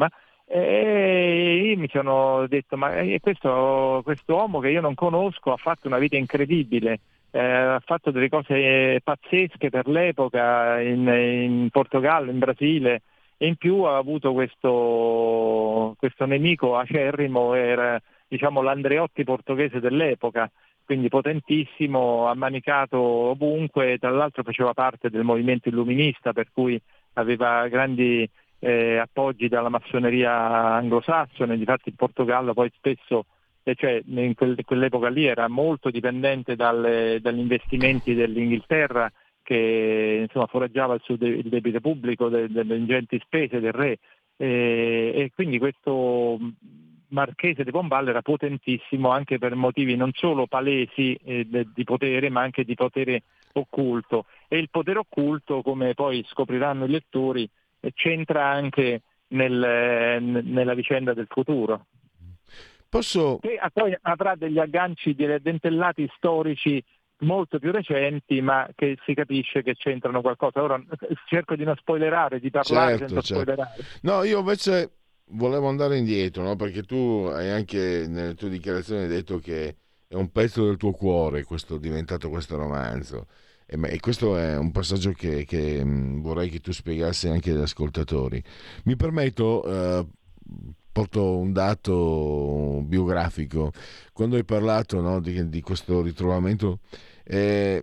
E io mi sono detto, ma questo uomo che io non conosco ha fatto una vita incredibile, eh, ha fatto delle cose pazzesche per l'epoca in, in Portogallo, in Brasile, e in più ha avuto questo, questo nemico acerrimo, era diciamo l'Andreotti portoghese dell'epoca, quindi potentissimo, ammanicato ovunque, tra l'altro faceva parte del movimento illuminista, per cui aveva grandi Eh, appoggi dalla massoneria anglosassone. Difatti il Portogallo poi spesso, eh, cioè in quel, quell'epoca lì era molto dipendente dalle, dagli investimenti dell'Inghilterra, che insomma foraggiava il suo de- il debito pubblico de- delle ingenti spese del re, e, e quindi questo marchese di Pombal era potentissimo anche per motivi non solo palesi eh, de- di potere, ma anche di potere occulto, e il potere occulto, come poi scopriranno i lettori, c'entra anche nel, nella vicenda del futuro. Posso... Che poi avrà degli agganci, degli addentellati storici molto più recenti, ma che si capisce che c'entrano qualcosa. Ora cerco di non spoilerare, di parlare certo, senza certo. spoilerare. No, io invece volevo andare indietro, no? Perché tu hai anche nelle tue dichiarazioni detto che è un pezzo del tuo cuore questo diventato questo romanzo. E, e questo è un passaggio che, che mh, vorrei che tu spiegassi anche agli ascoltatori. Mi permetto, eh, porto un dato biografico. Quando hai parlato, no, di, di questo ritrovamento, eh,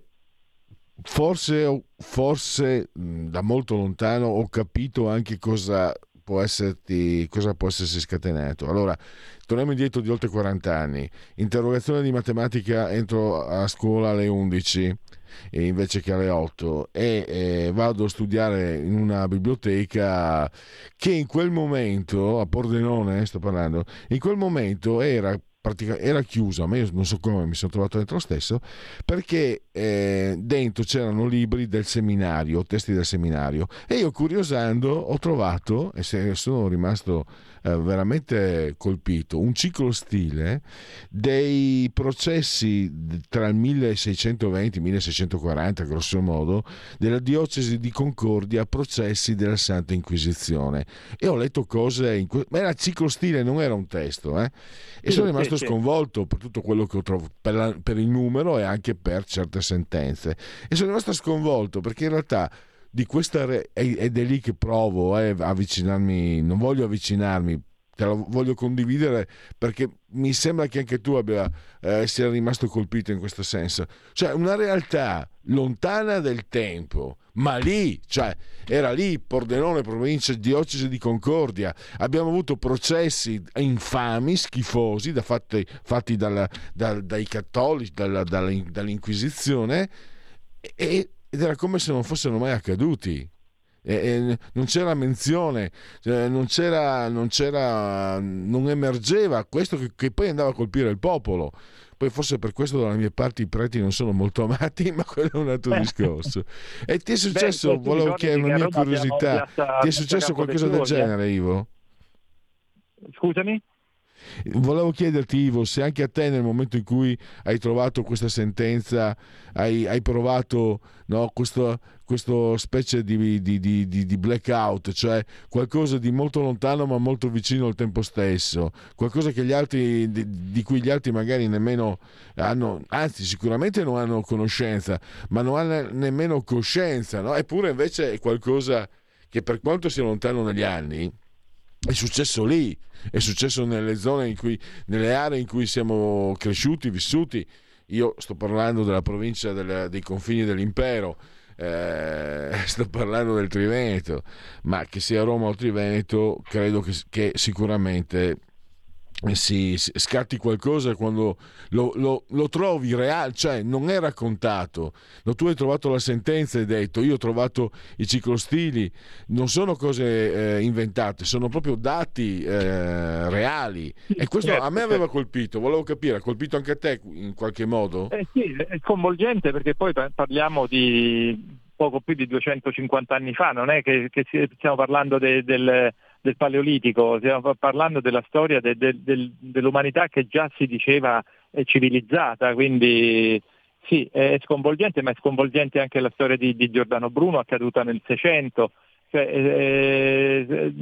forse, forse mh, da molto lontano ho capito anche cosa può esserti, cosa può essersi scatenato. Allora, torniamo indietro di oltre quaranta anni. Interrogazione di matematica, entro a scuola alle undici invece che alle otto, e eh, vado a studiare in una biblioteca che in quel momento, a Pordenone sto parlando, in quel momento era era chiusa, ma io non so come mi sono trovato dentro stesso, perché eh, dentro c'erano libri del seminario, testi del seminario, e io curiosando ho trovato, e sono rimasto eh, veramente colpito, un ciclo stile dei processi tra il milleseicentoventi e il milleseicentoquaranta, grosso modo, della diocesi di Concordia, processi della Santa Inquisizione, e ho letto cose in que- ma era ciclo stile, non era un testo, eh? E sono rimasto sconvolto per tutto quello che ho trovato, per, la, per il numero e anche per certe sentenze, e sono rimasto sconvolto perché in realtà di questa re- ed è lì che provo eh, a avvicinarmi, non voglio avvicinarmi, te la voglio condividere perché mi sembra che anche tu abbia eh, sia rimasto colpito in questo senso, cioè una realtà lontana del tempo, ma lì, cioè era lì, Pordenone, provincia, diocesi di Concordia, abbiamo avuto processi infami, schifosi, da fatti, fatti dalla, da, dai cattolici, dalla, dalla, dall'Inquisizione, e, ed era come se non fossero mai accaduti. E, e non c'era menzione, non c'era, non c'era, non emergeva questo che, che poi andava a colpire il popolo. Poi forse per questo dalle mie parti i preti non sono molto amati, ma quello è un altro discorso. E ti è successo, Beh, volevo chiedere una mia curiosità, piazza, ti è successo qualcosa del genere, Ivo? Scusami? Volevo chiederti, Ivo, se anche a te nel momento in cui hai trovato questa sentenza hai, hai provato, no, questo, questo specie di, di, di, di blackout, cioè qualcosa di molto lontano ma molto vicino al tempo stesso, qualcosa che gli altri, di, di cui gli altri magari nemmeno hanno, anzi sicuramente non hanno conoscenza, ma non hanno nemmeno coscienza, no? Eppure invece è qualcosa che, per quanto sia lontano negli anni, è successo lì, è successo nelle zone in cui, nelle aree in cui siamo cresciuti, vissuti. Io sto parlando della provincia delle, dei confini dell'impero, eh, sto parlando del Triveneto, ma che sia Roma o Triveneto, credo che, che sicuramente si, si scatti qualcosa quando lo, lo, lo trovi reale, cioè non è raccontato. No, tu hai trovato la sentenza e hai detto io ho trovato i ciclostili, non sono cose eh, inventate, sono proprio dati eh, reali, e questo certo, a me aveva colpito. Volevo capire, ha colpito anche a te in qualche modo? Eh sì, è sconvolgente perché poi parliamo di poco più di duecentocinquanta anni fa, non è che, che stiamo parlando de, del del Paleolitico, stiamo parlando della storia de, de, de, dell'umanità che già si diceva civilizzata, quindi sì, è sconvolgente, ma è sconvolgente anche la storia di, di Giordano Bruno, accaduta nel Seicento, cioè, eh,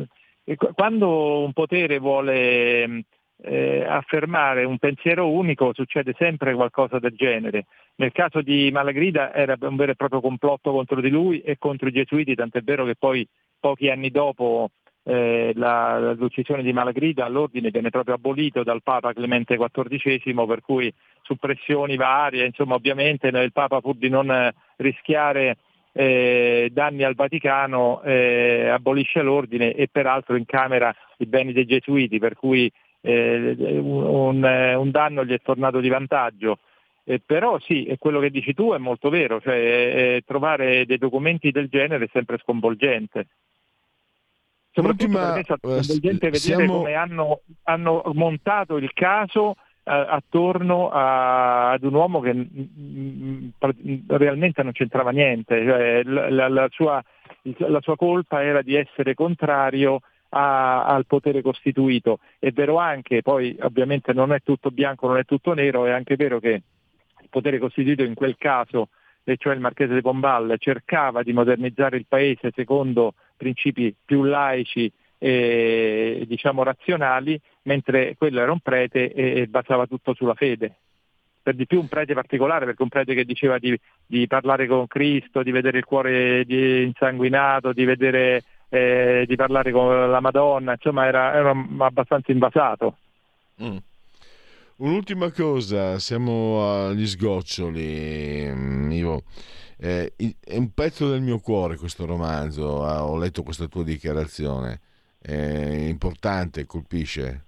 e quando un potere vuole eh, affermare un pensiero unico succede sempre qualcosa del genere. Nel caso di Malagrida era un vero e proprio complotto contro di lui e contro i gesuiti, tant'è vero che poi pochi anni dopo eh, la, l'uccisione di Malagrida l'ordine viene proprio abolito dal Papa Clemente quattordicesimo, per cui su pressioni varie, insomma ovviamente il Papa, pur di non rischiare Eh, danni al Vaticano, eh, abolisce l'ordine e peraltro incamera i beni dei gesuiti, per cui eh, un, un danno gli è tornato di vantaggio. Eh, però sì, è quello che dici tu è molto vero, cioè eh, trovare dei documenti del genere è sempre sconvolgente. Soprattutto per me è stato sconvolgente vedere siamo... come hanno, hanno montato il caso attorno a, ad un uomo che mh, realmente non c'entrava niente, cioè, la, la, sua, la sua colpa era di essere contrario a, al potere costituito. È vero anche, poi ovviamente non è tutto bianco, non è tutto nero, è anche vero che il potere costituito in quel caso, e cioè il Marchese di Pombal, cercava di modernizzare il paese secondo principi più laici e diciamo razionali, mentre quello era un prete e basava tutto sulla fede. Per di più un prete particolare, perché un prete che diceva di, di parlare con Cristo, di vedere il cuore di, insanguinato, di vedere eh, di parlare con la Madonna, insomma era, era abbastanza invasato. Mm. Un'ultima cosa, siamo agli sgoccioli, Ivo. Eh, è un pezzo del mio cuore questo romanzo, ho letto questa tua dichiarazione. È importante, colpisce.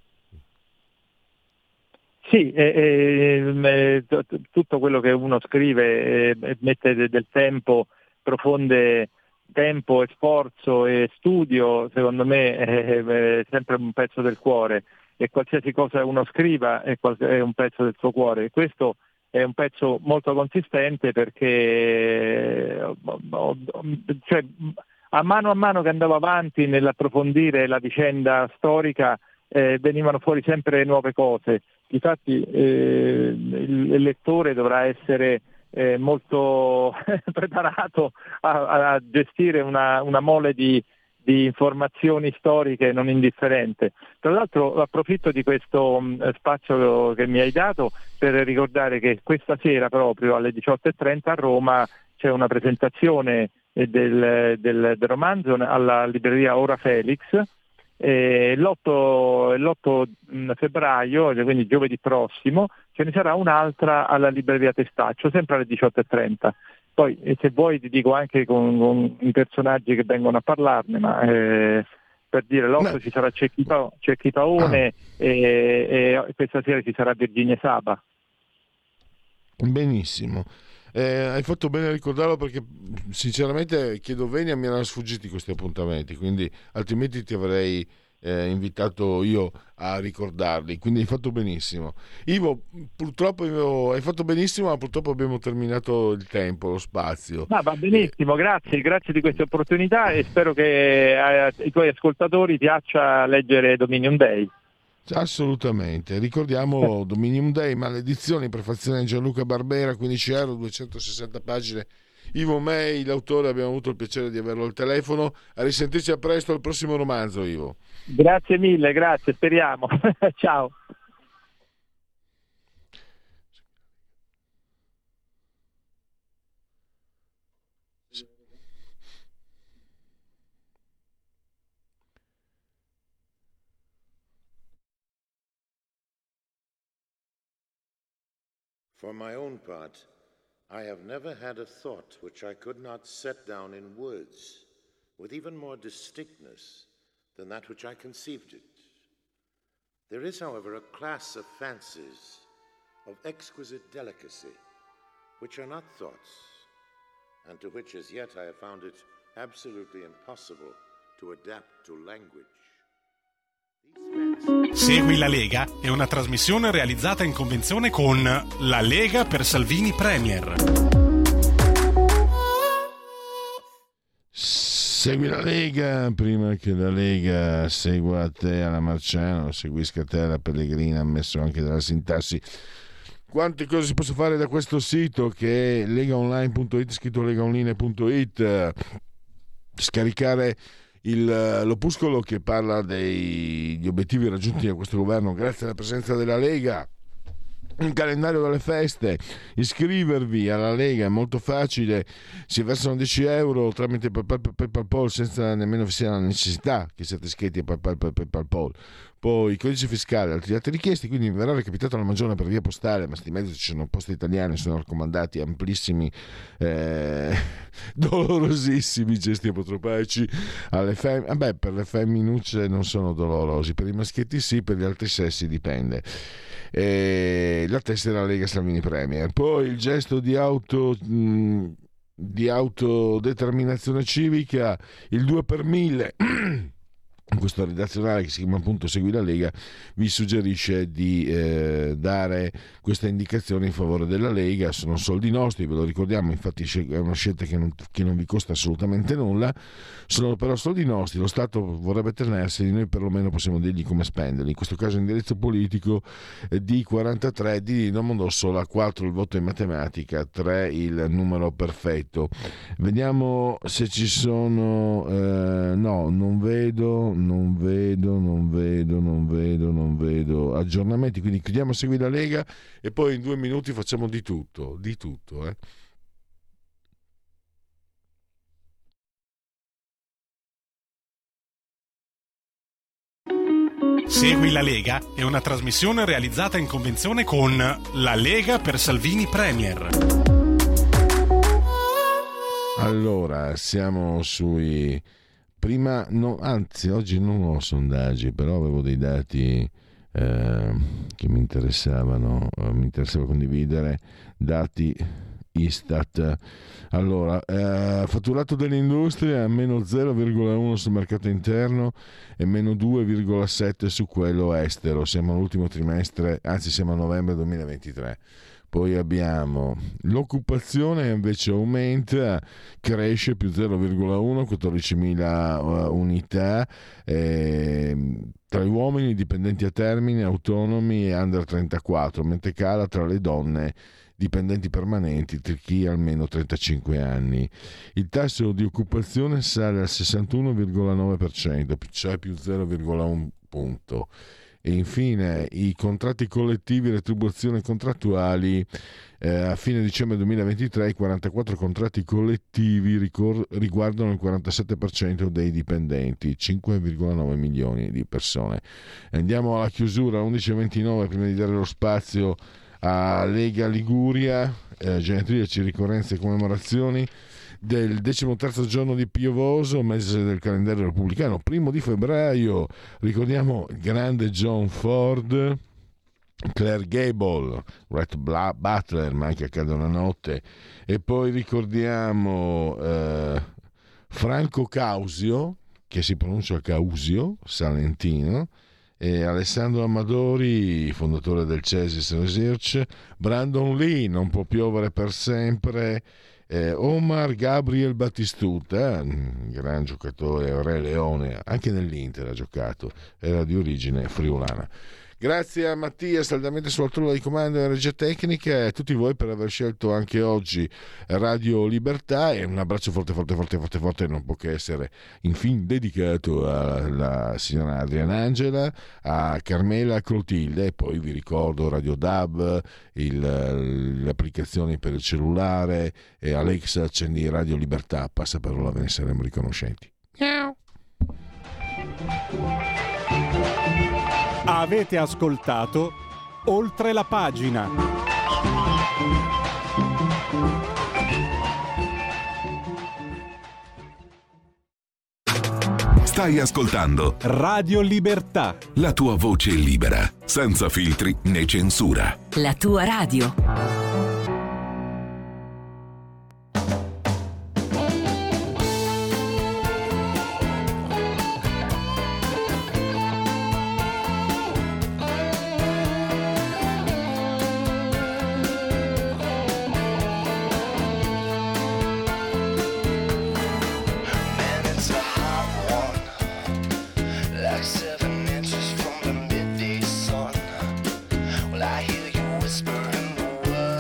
Sì, eh, eh, t- tutto quello che uno scrive eh, mette de- del tempo, profonde tempo e sforzo e studio, secondo me è, è sempre un pezzo del cuore, e qualsiasi cosa uno scriva è, qual- è un pezzo del suo cuore, e questo è un pezzo molto consistente perché cioè, a mano a mano che andavo avanti nell'approfondire la vicenda storica eh, venivano fuori sempre nuove cose. Difatti eh, il lettore dovrà essere eh, molto preparato a, a gestire una, una mole di, di informazioni storiche non indifferente. Tra l'altro approfitto di questo mh, spazio che mi hai dato per ricordare che questa sera proprio alle diciotto e trenta a Roma c'è una presentazione Del, del, del romanzo alla libreria Ora Felix, e l'otto, l'otto febbraio, quindi giovedì prossimo, ce ne sarà un'altra alla libreria Testaccio, sempre alle diciotto e trenta. Poi se vuoi ti dico anche con, con i personaggi che vengono a parlarne, ma eh, per dire l'otto no. ci sarà Cecchi, pa- Cecchi Paone ah. e, e questa sera ci sarà Virginia Saba. Benissimo. Eh, hai fatto bene a ricordarlo, perché sinceramente chiedo venia, mi erano sfuggiti questi appuntamenti, quindi altrimenti ti avrei eh, invitato io a ricordarli, quindi hai fatto benissimo. Ivo, purtroppo Ivo, hai fatto benissimo, ma purtroppo abbiamo terminato il tempo, lo spazio. No, va benissimo, grazie, grazie di questa opportunità, e spero che ai tuoi ascoltatori piaccia leggere Dominion Day. Assolutamente, ricordiamo Dominion Day, maledizioni, prefazione di Gianluca Barbera, quindici euro, duecentosessanta pagine. Ivo May, l'autore, abbiamo avuto il piacere di averlo al telefono. A risentirci a presto al prossimo romanzo, Ivo. Grazie mille, grazie, speriamo. Ciao. For my own part, I have never had a thought which I could not set down in words with even more distinctness than that which I conceived it. There is, however, a class of fancies of exquisite delicacy which are not thoughts, and to which as yet I have found it absolutely impossible to adapt to language. Segui la Lega è una trasmissione realizzata in convenzione con La Lega per Salvini Premier. Segui la Lega prima che la Lega segua te alla Marciano, seguisca te alla Pellegrina, ammesso anche dalla sintassi. Quante cose si possono fare da questo sito che è legaonline punto it, scritto legaonline punto it. Scaricare il, l'opuscolo che parla degli obiettivi raggiunti da questo governo grazie alla presenza della Lega. Un calendario delle feste, iscrivervi alla Lega è molto facile, si versano dieci euro tramite PayPal, PayPal senza nemmeno vi sia la necessità che siate iscritti a PayPal, PayPal. Poi codice fiscale, altri dati richiesti, quindi verrà recapitata la maggiore per via postale, ma sti mezzi ci sono poste italiane, sono raccomandati amplissimi, eh, dolorosissimi gesti apotropaici alle femmine. Vabbè, per le femminucce non sono dolorosi, per i maschietti sì, per gli altri sessi dipende. E la tessera Lega Salvini Premier. Poi il gesto di auto mh, di autodeterminazione civica, il due per mille. Questo redazionale che si chiama appunto Segui la Lega vi suggerisce di eh, dare questa indicazione in favore della Lega. Sono soldi nostri, ve lo ricordiamo, infatti è una scelta che non, che non vi costa assolutamente nulla, sono però soldi nostri, lo Stato vorrebbe tenerseli, noi perlomeno possiamo dirgli come spenderli. In questo caso indirizzo politico eh, D quarantatré, D non mondo solo, quattro il voto in matematica, tre il numero perfetto. Vediamo se ci sono eh, no, non vedo non vedo, non vedo, non vedo, non vedo aggiornamenti, quindi chiudiamo a Segui la Lega e poi in due minuti facciamo di tutto, di tutto, eh. Segui la Lega è una trasmissione realizzata in convenzione con La Lega per Salvini Premier. Allora, siamo sui prima, no, anzi oggi non ho sondaggi, però avevo dei dati eh, che mi interessavano, eh, mi interessava condividere, dati Istat. Allora, eh, fatturato dell'industria meno zero virgola uno sul mercato interno e meno due virgola sette su quello estero, siamo all'ultimo trimestre, anzi siamo a novembre duemilaventitré. Poi abbiamo l'occupazione, invece aumenta, cresce più zero virgola uno, quattordicimila unità, eh, tra gli uomini dipendenti a termine, autonomi e under trentaquattro, mentre cala tra le donne dipendenti permanenti, tra chi ha almeno trentacinque anni. Il tasso di occupazione sale al sessantuno virgola nove per cento, cioè più zero virgola uno punto. E infine i contratti collettivi, retribuzioni contrattuali, eh, a fine dicembre duemilaventitré i quarantaquattro contratti collettivi ricor- riguardano il quarantasette per cento dei dipendenti, cinque virgola nove milioni di persone. Andiamo alla chiusura, undici e ventinove, prima di dare lo spazio a Lega Liguria, eh, genetriaci, ricorrenze e commemorazioni del decimoterzo giorno di Piovoso, mese del calendario repubblicano, primo di febbraio. Ricordiamo il grande John Ford, Claire Gable, Rhett Butler, ma anche Accade una notte, e poi ricordiamo eh, Franco Causio, che si pronuncia Causio, salentino, e Alessandro Amadori, fondatore del Cesis Research, Brandon Lee, Non può piovere per sempre, Eh, Omar Gabriel Battistuta, gran giocatore, Re Leone, anche nell'Inter ha giocato, era di origine friulana. Grazie a Mattia, saldamente sulla tolla di comando e regia tecnica, e a tutti voi per aver scelto anche oggi Radio Libertà, e un abbraccio forte forte forte forte forte non può che essere infine dedicato alla signora Adriana Angela, a Carmela Clotilde, e poi vi ricordo Radio D A B, il, le applicazioni per il cellulare, e Alexa accendi Radio Libertà, passa parola, ve ne saremo riconoscenti. Ciao. Avete ascoltato Oltre la pagina. Stai ascoltando Radio Libertà, la tua voce libera, senza filtri né censura. La tua radio. Seven inches from the midday sun. Well, I hear you whisper in the woods.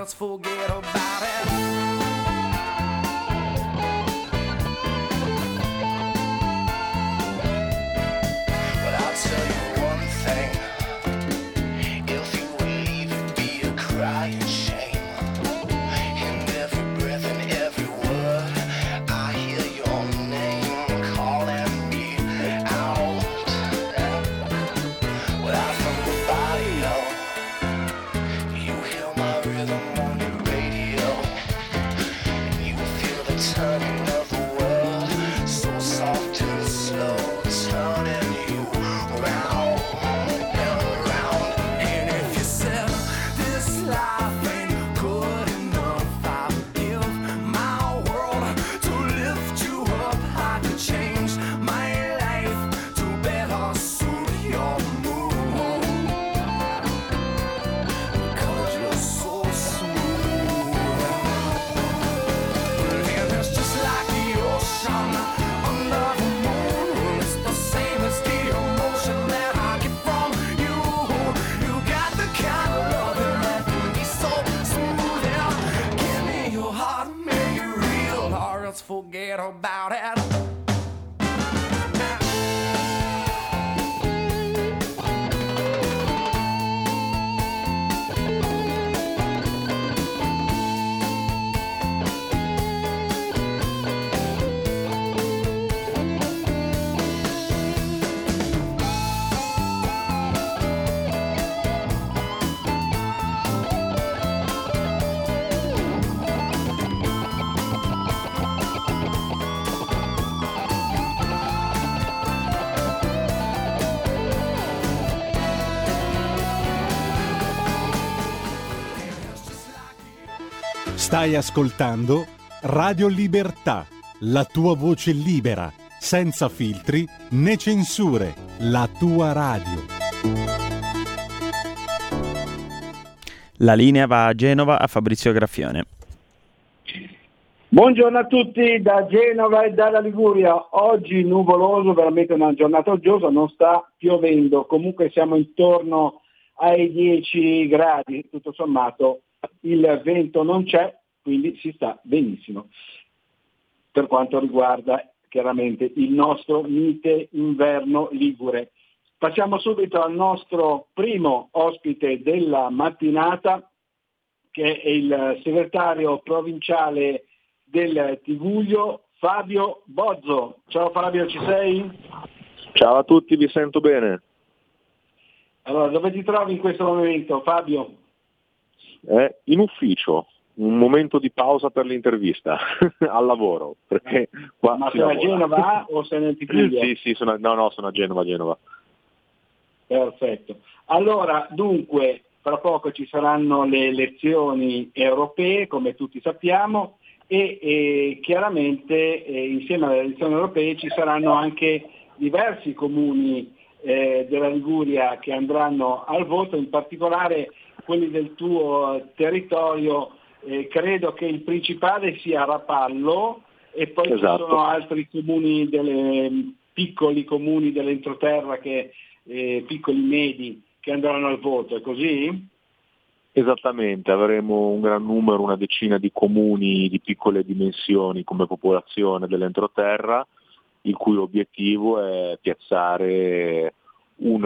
else forget about it. Forget about it. Stai ascoltando Radio Libertà, la tua voce libera, senza filtri né censure, la tua radio. La linea va a Genova a Fabrizio Graffione. Buongiorno a tutti da Genova e dalla Liguria. Oggi nuvoloso, veramente una giornata uggiosa, non sta piovendo, comunque siamo intorno ai dieci gradi, tutto sommato il vento non c'è, quindi si sta benissimo. Per quanto riguarda chiaramente il nostro mite inverno ligure. Passiamo subito al nostro primo ospite della mattinata, che è il segretario provinciale del Tiguglio, Fabio Bozzo. Ciao Fabio, ci sei? Ciao a tutti, vi sento bene. Allora, dove ti trovi in questo momento, Fabio? Eh, in ufficio, un momento di pausa per l'intervista al lavoro, perché qua ma sei a Genova o sei nel Tiguglio? Sì, sì, sono, no, no, sono a Genova, Genova. Perfetto. Allora, dunque, tra poco ci saranno le elezioni europee, come tutti sappiamo, e, e chiaramente eh, insieme alle elezioni europee ci saranno anche diversi comuni eh, della Liguria che andranno al voto, in particolare quelli del tuo territorio. Eh, credo che il principale sia Rapallo e poi esatto. Ci sono altri comuni, delle, piccoli comuni dell'entroterra, che, eh, piccoli medi, che andranno al voto, è così? Esattamente, avremo un gran numero, una decina di comuni di piccole dimensioni come popolazione dell'entroterra, il cui obiettivo è piazzare un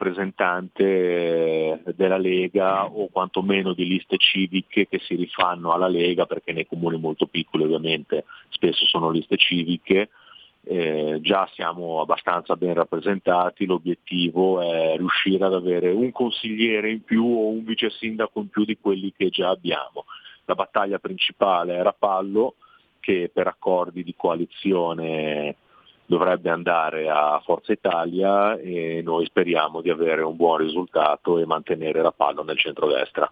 rappresentante della Lega o quantomeno di liste civiche che si rifanno alla Lega, perché nei comuni molto piccoli ovviamente spesso sono liste civiche. Eh, già siamo abbastanza ben rappresentati, l'obiettivo è riuscire ad avere un consigliere in più o un vice sindaco in più di quelli che già abbiamo. La battaglia principale è Rapallo, che per accordi di coalizione dovrebbe andare a Forza Italia, e noi speriamo di avere un buon risultato e mantenere Rapallo nel centrodestra.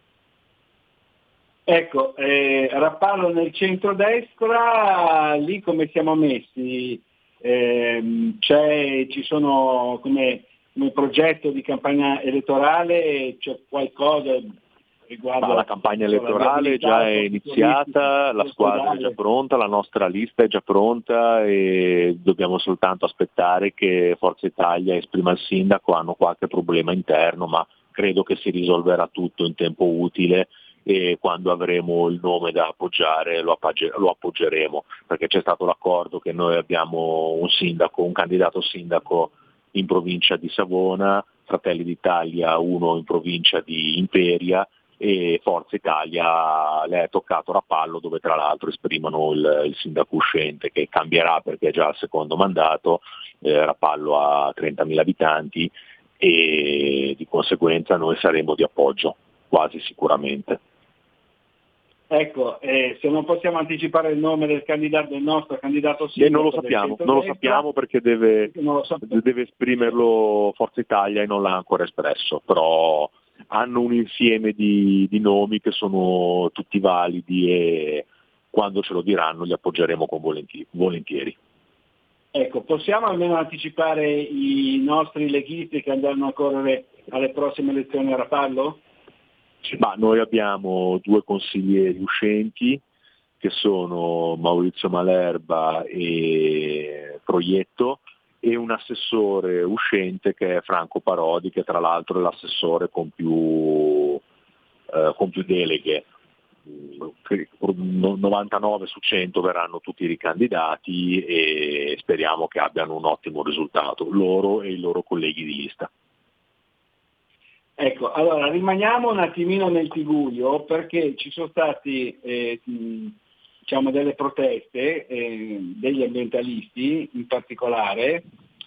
Ecco, eh, Rapallo nel centrodestra, lì come siamo messi? Eh, c'è, ci sono come, come progetto di campagna elettorale, c'è qualcosa riguardo? Ma la campagna elettorale già è iniziata, la squadra è già pronta, la nostra lista è già pronta e dobbiamo soltanto aspettare che Forza Italia esprima il sindaco. Hanno qualche problema interno, ma credo che si risolverà tutto in tempo utile e quando avremo il nome da appoggiare lo, appogge- lo appoggeremo, perché c'è stato l'accordo che noi abbiamo un sindaco, un candidato sindaco in provincia di Savona, Fratelli d'Italia uno in provincia di Imperia e Forza Italia le è toccato Rapallo, dove tra l'altro esprimono il, il sindaco uscente, che cambierà perché è già al secondo mandato. eh, Rapallo ha trentamila abitanti e di conseguenza noi saremo di appoggio, quasi sicuramente. Ecco, eh, se non possiamo anticipare il nome del candidato, del nostro candidato sindaco, e non lo sappiamo, non lo sappiamo perché deve, deve esprimerlo Forza Italia e non l'ha ancora espresso, però hanno un insieme di, di nomi che sono tutti validi e quando ce lo diranno li appoggeremo con volentieri. volentieri. Ecco, possiamo almeno anticipare i nostri leghisti che andranno a correre alle prossime elezioni a Rapallo? Ma noi abbiamo due consiglieri uscenti che sono Maurizio Malerba e Proietto e un assessore uscente che è Franco Parodi, che tra l'altro è l'assessore con più, eh, con più deleghe. novantanove su cento verranno tutti ricandidati e speriamo che abbiano un ottimo risultato, loro e i loro colleghi di lista. Ecco, allora rimaniamo un attimino nel Tiguglio perché ci sono stati eh, diciamo delle proteste eh, degli ambientalisti in particolare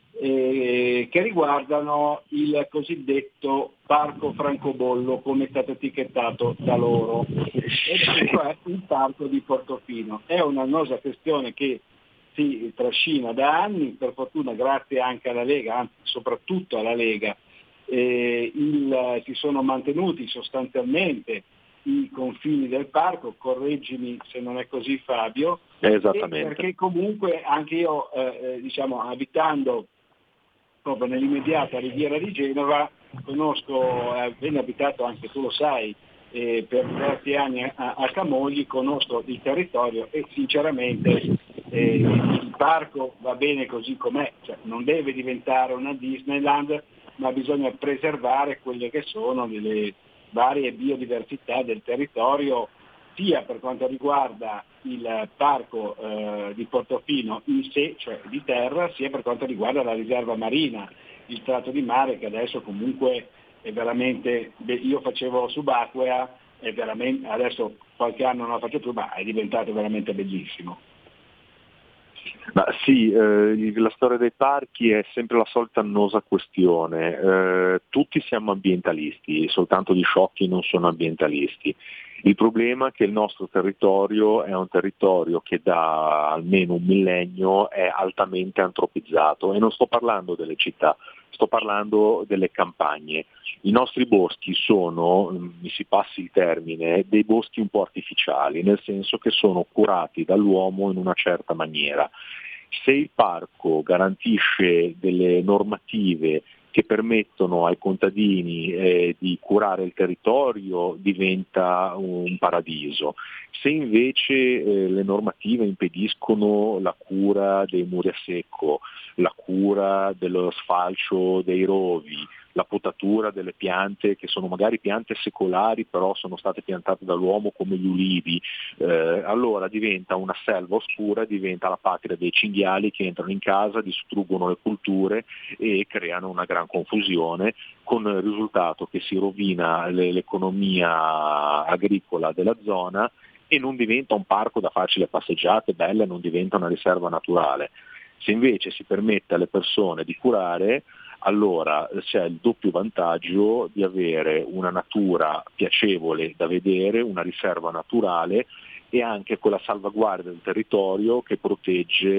eh, che riguardano il cosiddetto parco francobollo come è stato etichettato da loro, e cioè il parco di Portofino. È un'annosa questione che si trascina da anni, per fortuna grazie anche alla Lega, anzi soprattutto alla Lega, Eh, il, si sono mantenuti sostanzialmente i confini del parco, correggimi se non è così Fabio, esattamente, perché comunque anche io eh, diciamo abitando proprio nell'immediata riviera di Genova conosco, eh, avendo abitato anche tu lo sai eh, per diversi anni a, a Camogli, conosco il territorio e sinceramente eh, il parco va bene così com'è, cioè non deve diventare una Disneyland, ma bisogna preservare quelle che sono le varie biodiversità del territorio, sia per quanto riguarda il parco eh, di Portofino in sé, cioè di terra, sia per quanto riguarda la riserva marina, il tratto di mare che adesso comunque è veramente, io facevo subacquea, è veramente, adesso qualche anno non la faccio più, ma è diventato veramente bellissimo. Ma sì, eh, la storia dei parchi è sempre la solita annosa questione. Eh, tutti siamo ambientalisti, soltanto gli sciocchi non sono ambientalisti. Il problema è che il nostro territorio è un territorio che da almeno un millennio è altamente antropizzato e non sto parlando delle città, sto parlando delle campagne. I nostri boschi sono, mi si passi il termine, dei boschi un po' artificiali, nel senso che sono curati dall'uomo in una certa maniera. Se il parco garantisce delle normative che permettono ai contadini eh, di curare il territorio, diventa un paradiso. Se invece eh, le normative impediscono la cura dei muri a secco, la cura dello sfalcio dei rovi, la potatura delle piante che sono magari piante secolari però sono state piantate dall'uomo come gli ulivi, eh, allora diventa una selva oscura, diventa la patria dei cinghiali che entrano in casa, distruggono le culture e creano una gran confusione, con il risultato che si rovina le, l'economia agricola della zona e non diventa un parco da farci le passeggiate belle, non diventa una riserva naturale. Se invece si permette alle persone di curare, allora c'è il doppio vantaggio di avere una natura piacevole da vedere, una riserva naturale e anche quella salvaguardia del territorio che protegge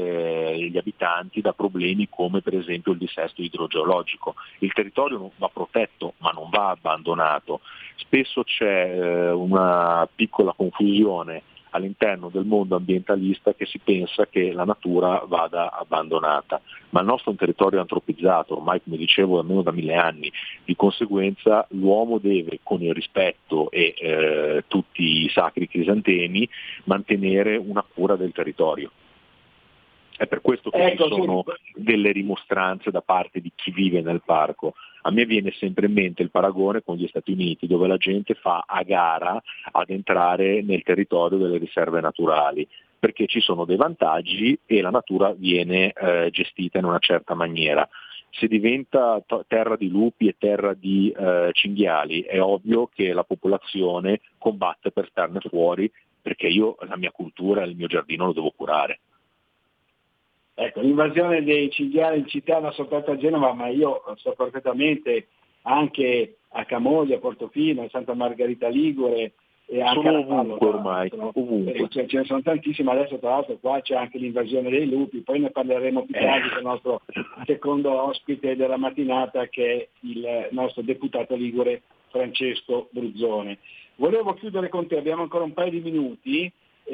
eh, gli abitanti da problemi come per esempio il dissesto idrogeologico. Il territorio va protetto ma non va abbandonato. Spesso c'è eh, una piccola confusione all'interno del mondo ambientalista che si pensa che la natura vada abbandonata, ma il nostro è un territorio antropizzato, ormai come dicevo almeno da mille anni, di conseguenza l'uomo deve con il rispetto e eh, tutti i sacri crisantemi mantenere una cura del territorio. È per questo che ecco, ci sono sì. delle rimostranze da parte di chi vive nel parco. A me viene sempre in mente il paragone con gli Stati Uniti, dove la gente fa a gara ad entrare nel territorio delle riserve naturali, perché ci sono dei vantaggi e la natura viene eh, gestita in una certa maniera. Se diventa t- terra di lupi e terra di eh, cinghiali, è ovvio che la popolazione combatte per starne fuori, perché io la mia cultura e il mio giardino lo devo curare. Ecco, l'invasione dei cinghiali in città non soltanto a Genova, ma io so perfettamente anche a Camoglia, a Portofino, a Santa Margherita Ligure e anche sono a Rapallo, ovunque ormai, ovunque. Cioè, ce ne sono tantissime, adesso tra l'altro qua c'è anche l'invasione dei lupi, poi ne parleremo più tardi con il nostro secondo ospite della mattinata, che è il nostro deputato ligure Francesco Bruzzone. Volevo chiudere con te, abbiamo ancora un paio di minuti,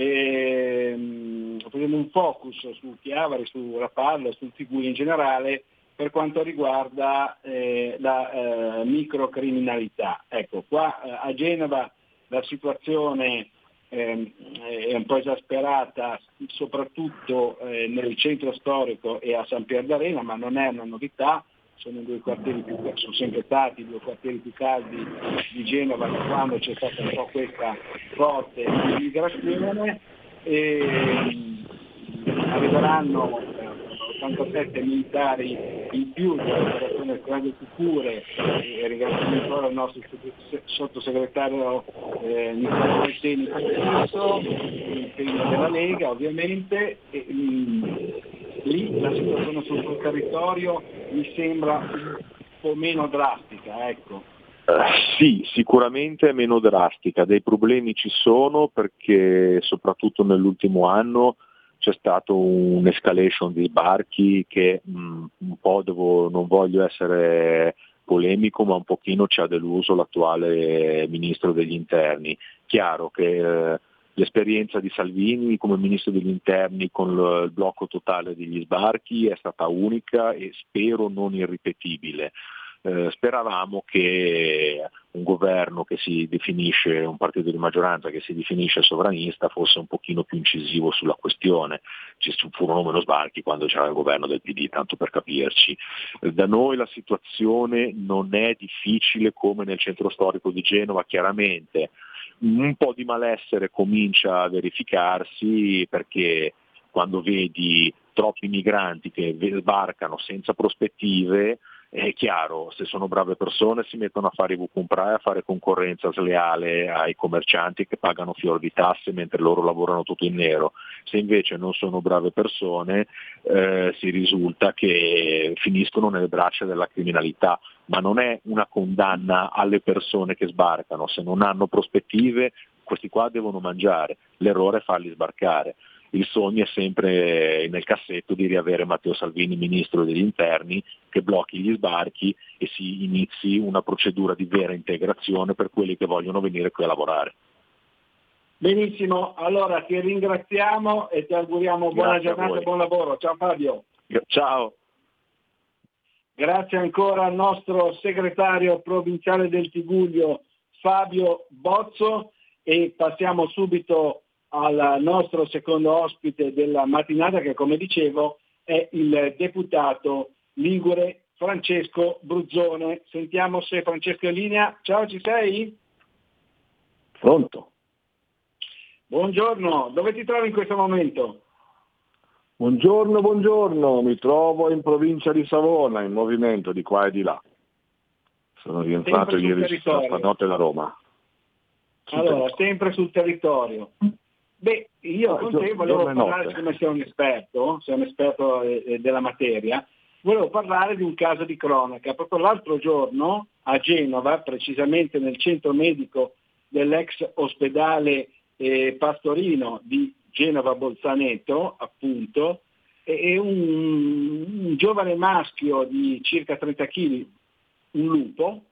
ehm, facendo un focus su Chiavari, su Rapallo, sul Tigullio in generale, per quanto riguarda eh, la eh, microcriminalità. Ecco, qua eh, a Genova la situazione eh, è un po' esasperata, soprattutto eh, nel centro storico e a San Pier d'Arena, ma non è una novità, sono i due quartieri più, sono sempre stati i due quartieri più caldi di Genova da quando c'è stata un po' questa forte immigrazione. E arriveranno ottantasette militari in più dell'operazione Strade Sicure, e ringraziamo ancora il nostro sottosegretario eh, Nicola Malteni per questo, l'impegno della Lega ovviamente, e, mh, lì la situazione sul suo territorio mi sembra un po' meno drastica, ecco. Uh, sì, sicuramente è meno drastica, dei problemi ci sono perché soprattutto nell'ultimo anno c'è stato un'escalation di sbarchi che mh, un po' devo, non voglio essere polemico, ma un pochino ci ha deluso l'attuale ministro degli interni. Chiaro che eh, l'esperienza di Salvini come ministro degli interni con l- il blocco totale degli sbarchi è stata unica e spero non irripetibile. Eh, speravamo che un governo che si definisce, un partito di maggioranza che si definisce sovranista, fosse un pochino più incisivo sulla questione. Ci furono meno sbarchi quando c'era il governo del P D, tanto per capirci. Eh, da noi la situazione non è difficile come nel centro storico di Genova, chiaramente un po' di malessere comincia a verificarsi perché quando vedi troppi migranti che sbarcano senza prospettive, è chiaro, se sono brave persone si mettono a fare i vucumprae, a fare concorrenza sleale ai commercianti che pagano fior di tasse mentre loro lavorano tutto in nero. Se invece non sono brave persone eh, si risulta che finiscono nelle braccia della criminalità, ma non è una condanna alle persone che sbarcano. Se non hanno prospettive, questi qua devono mangiare, l'errore è farli sbarcare. Il sogno è sempre nel cassetto di riavere Matteo Salvini ministro degli interni, che blocchi gli sbarchi e si inizi una procedura di vera integrazione per quelli che vogliono venire qui a lavorare. Benissimo, allora ti ringraziamo e ti auguriamo buona Grazie giornata e buon lavoro. Ciao Fabio. Ciao. Grazie ancora al nostro segretario provinciale del Tigullio Fabio Bozzo, e passiamo subito al nostro secondo ospite della mattinata, che come dicevo è il deputato ligure Francesco Bruzzone. Sentiamo se Francesco è in linea. Ciao, ci sei? Pronto. Buongiorno, dove ti trovi in questo momento? Buongiorno, buongiorno, mi trovo in provincia di Savona, in movimento di qua e di là. Sono rientrato ieri notte da Roma. Allora, sempre sul territorio. Beh, io con te volevo parlare, siccome sei un esperto, sei un esperto eh, della materia, volevo parlare di un caso di cronaca. Proprio l'altro giorno a Genova, precisamente nel centro medico dell'ex ospedale eh, Pastorino di Genova Bolzaneto, appunto, e un, un giovane maschio di circa trenta chili, un lupo,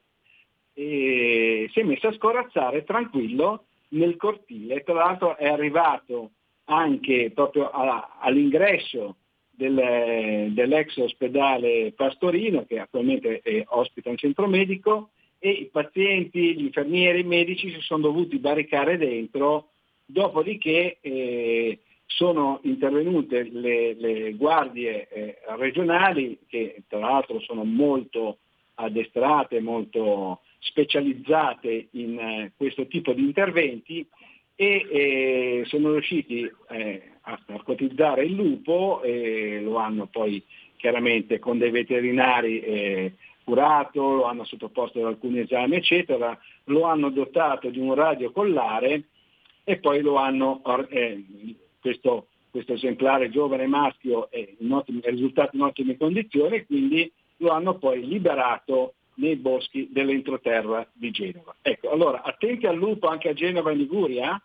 e si è messo a scorazzare tranquillo nel cortile. Tra l'altro è arrivato anche proprio a, all'ingresso del, dell'ex ospedale Pastorino, che attualmente è, ospita un centro medico, e i pazienti, gli infermieri, i medici si sono dovuti barricare dentro, dopodiché eh, sono intervenute le, le guardie eh, regionali, che tra l'altro sono molto addestrate, molto specializzate in eh, questo tipo di interventi, e eh, sono riusciti eh, a narcotizzare il lupo, e lo hanno poi chiaramente con dei veterinari eh, curato, lo hanno sottoposto ad alcuni esami eccetera, lo hanno dotato di un radiocollare e poi lo hanno, eh, questo, questo esemplare giovane maschio è, in ottime, è risultato in ottime condizioni, quindi lo hanno poi liberato nei boschi dell'entroterra di Genova. Ecco, allora attenti al lupo anche a Genova e Liguria.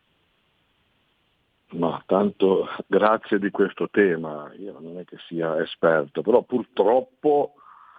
Ma tanto grazie di questo tema, io non è che sia esperto, però purtroppo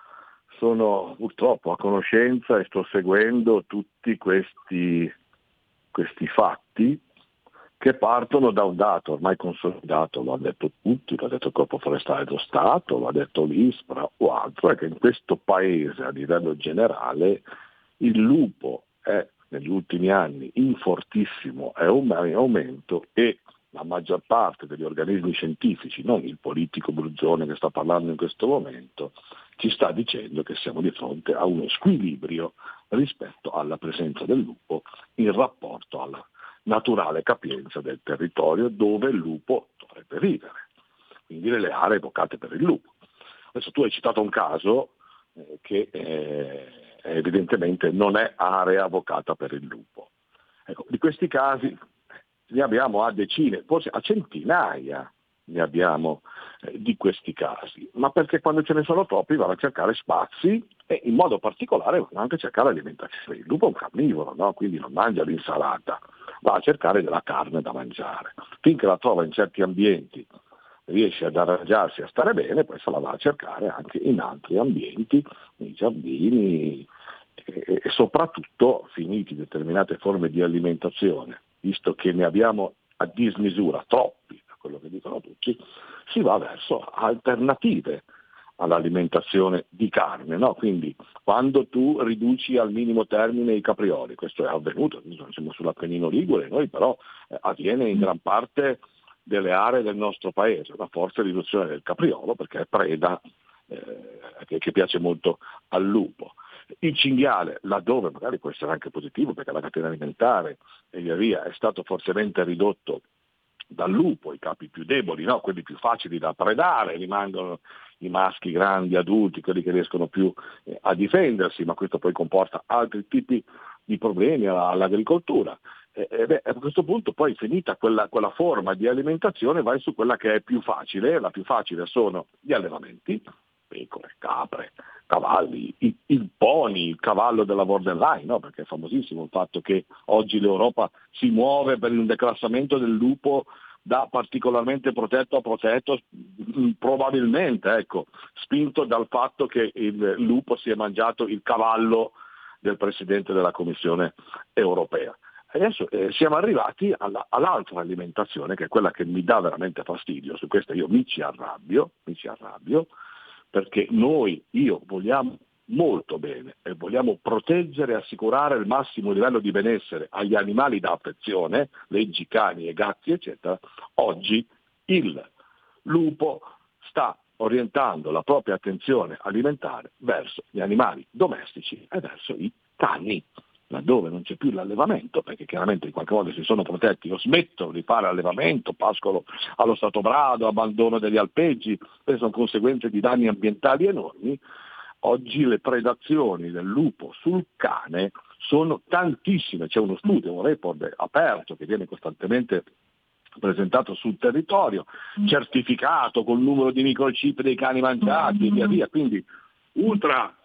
sono purtroppo a conoscenza e sto seguendo tutti questi, questi fatti che partono da un dato ormai consolidato, lo ha detto tutti, lo ha detto il Corpo Forestale dello Stato, lo ha detto l'ISPRA o altro, è che in questo paese a livello generale il lupo è negli ultimi anni in fortissimo è un aumento, e la maggior parte degli organismi scientifici, non il politico bruzzone che sta parlando in questo momento, ci sta dicendo che siamo di fronte a uno squilibrio rispetto alla presenza del lupo in rapporto alla naturale capienza del territorio dove il lupo dovrebbe vivere, quindi le aree evocate per il lupo. Adesso tu hai citato un caso eh, che eh, evidentemente non è area evocata per il lupo. Ecco, di questi casi ne abbiamo a decine, forse a centinaia ne abbiamo eh, di questi casi, ma perché quando ce ne sono troppi vanno a cercare spazi e in modo particolare vanno anche a cercare alimentazione. Il lupo è un carnivoro, no? Quindi non mangia l'insalata, va a cercare della carne da mangiare. Finché la trova in certi ambienti, riesce ad arrangiarsi a stare bene, poi se la va a cercare anche in altri ambienti, nei giardini e, e soprattutto, finiti determinate forme di alimentazione, visto che ne abbiamo a dismisura troppi, da quello che dicono tutti, si va verso alternative all'alimentazione di carne, no? Quindi quando tu riduci al minimo termine i caprioli, questo è avvenuto, siamo sull'Appennino Ligure, noi però eh, avviene in gran parte delle aree del nostro paese, una forte riduzione del capriolo perché è preda eh, che, che piace molto al lupo. Il cinghiale, laddove magari può essere anche positivo perché la catena alimentare e via via è stato fortemente ridotto dal lupo, i capi più deboli, no? Quelli più facili da predare, rimangono i maschi grandi, adulti, quelli che riescono più eh, a difendersi, ma questo poi comporta altri tipi di problemi all'agricoltura. E, e beh, a questo punto poi finita quella, quella forma di alimentazione vai su quella che è più facile, la più facile sono gli allevamenti, pecore, capre, cavalli, il, il pony, il cavallo della borderline, no? Perché è famosissimo il fatto che oggi l'Europa si muove per un declassamento del lupo da particolarmente protetto a protetto, probabilmente, ecco, spinto dal fatto che il lupo si è mangiato il cavallo del Presidente della Commissione europea. Adesso eh, siamo arrivati alla, all'altra alimentazione, che è quella che mi dà veramente fastidio, su questa io mi ci arrabbio, mi ci arrabbio, perché noi, io, vogliamo molto bene e vogliamo proteggere e assicurare il massimo livello di benessere agli animali da affezione, leggi, cani e gatti, eccetera. Oggi il lupo sta orientando la propria attenzione alimentare verso gli animali domestici e verso i cani, laddove non c'è più l'allevamento, perché chiaramente in qualche modo si sono protetti o smettono di fare allevamento, pascolo allo stato brado, abbandono degli alpeggi, queste sono conseguenze di danni ambientali enormi. Oggi le predazioni del lupo sul cane sono tantissime, c'è uno studio, un report aperto che viene costantemente presentato sul territorio, certificato col numero di microchip dei cani mangiati e via via, quindi ultra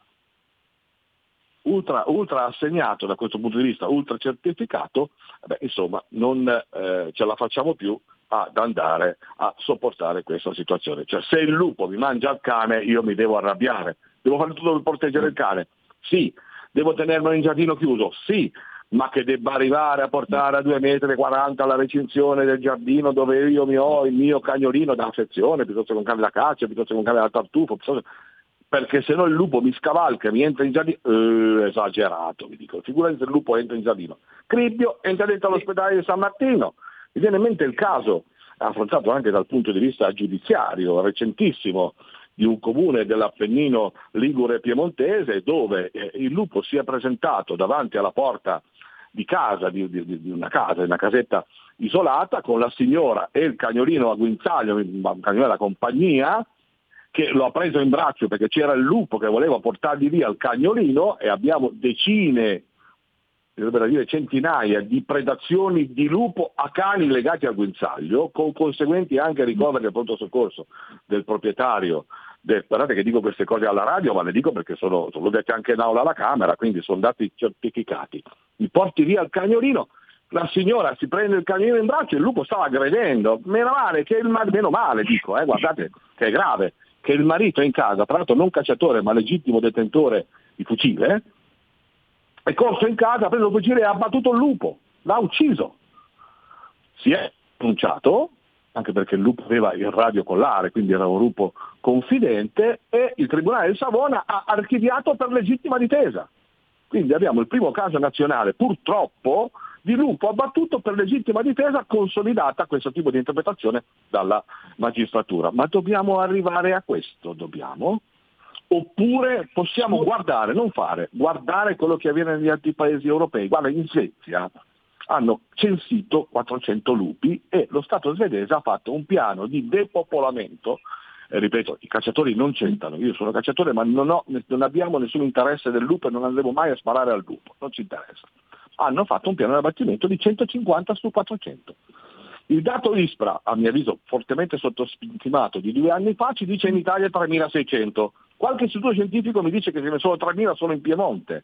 Ultra, ultra assegnato da questo punto di vista, ultra certificato, beh, insomma non eh, ce la facciamo più ad andare a sopportare questa situazione. Cioè se il lupo mi mangia il cane io mi devo arrabbiare, devo fare tutto per proteggere il cane? Sì. Devo tenerlo in giardino chiuso? Sì. Ma che debba arrivare a portare a due metri e quaranta la recinzione del giardino dove io mi ho il mio cagnolino da affezione, piuttosto che un cane da caccia, piuttosto che un cane da tartufo, piuttosto... perché se no il lupo mi scavalca e mi entra in giardino, eh, esagerato, vi dico, figurati se il lupo entra in giardino. Cribbio entra dentro all'ospedale di San Martino, mi viene in mente il caso affrontato anche dal punto di vista giudiziario, recentissimo, di un comune dell'Appennino ligure piemontese, dove eh, il lupo si è presentato davanti alla porta di casa, di, di, di una casa, una casetta isolata, con la signora e il cagnolino a guinzaglio, un cagnolino della compagnia, che lo ha preso in braccio perché c'era il lupo che voleva portargli via il cagnolino, e abbiamo decine, dovrebbero dire centinaia di predazioni di lupo a cani legati al guinzaglio, con conseguenti anche ricoveri al pronto soccorso del proprietario. De, guardate che dico queste cose alla radio, ma le dico perché sono, sono dette anche in aula alla Camera, quindi sono dati certificati. Mi porti via il cagnolino, la signora si prende il cagnolino in braccio e il lupo stava aggredendo. Meno male che il marito, meno male dico, eh, guardate che è grave, che il marito è in casa, tra l'altro non cacciatore ma legittimo detentore di fucile, è corso in casa, ha preso il fucile e ha abbattuto il lupo, l'ha ucciso. Si è denunciato, anche perché il lupo aveva il radio collare, quindi era un lupo confidente, e il Tribunale di Savona ha archiviato per legittima difesa. Quindi abbiamo il primo caso nazionale, purtroppo, di lupo abbattuto per legittima difesa, consolidata questo tipo di interpretazione dalla magistratura. Ma dobbiamo arrivare a questo, dobbiamo? Oppure possiamo guardare, non fare, guardare quello che avviene negli altri paesi europei. Guarda, in Svezia hanno censito quattrocento lupi e lo Stato svedese ha fatto un piano di depopolamento. Eh, ripeto, i cacciatori non c'entrano, io sono cacciatore ma non, ho, non abbiamo nessun interesse del lupo e non andremo mai a sparare al lupo, non ci interessa. Hanno fatto un piano di abbattimento di centocinquanta su quattrocento. Il dato ISPRA, a mio avviso fortemente sottostimato, di due anni fa ci dice in Italia tremilaseicento. Qualche istituto scientifico mi dice che ce ne sono tremila solo in Piemonte.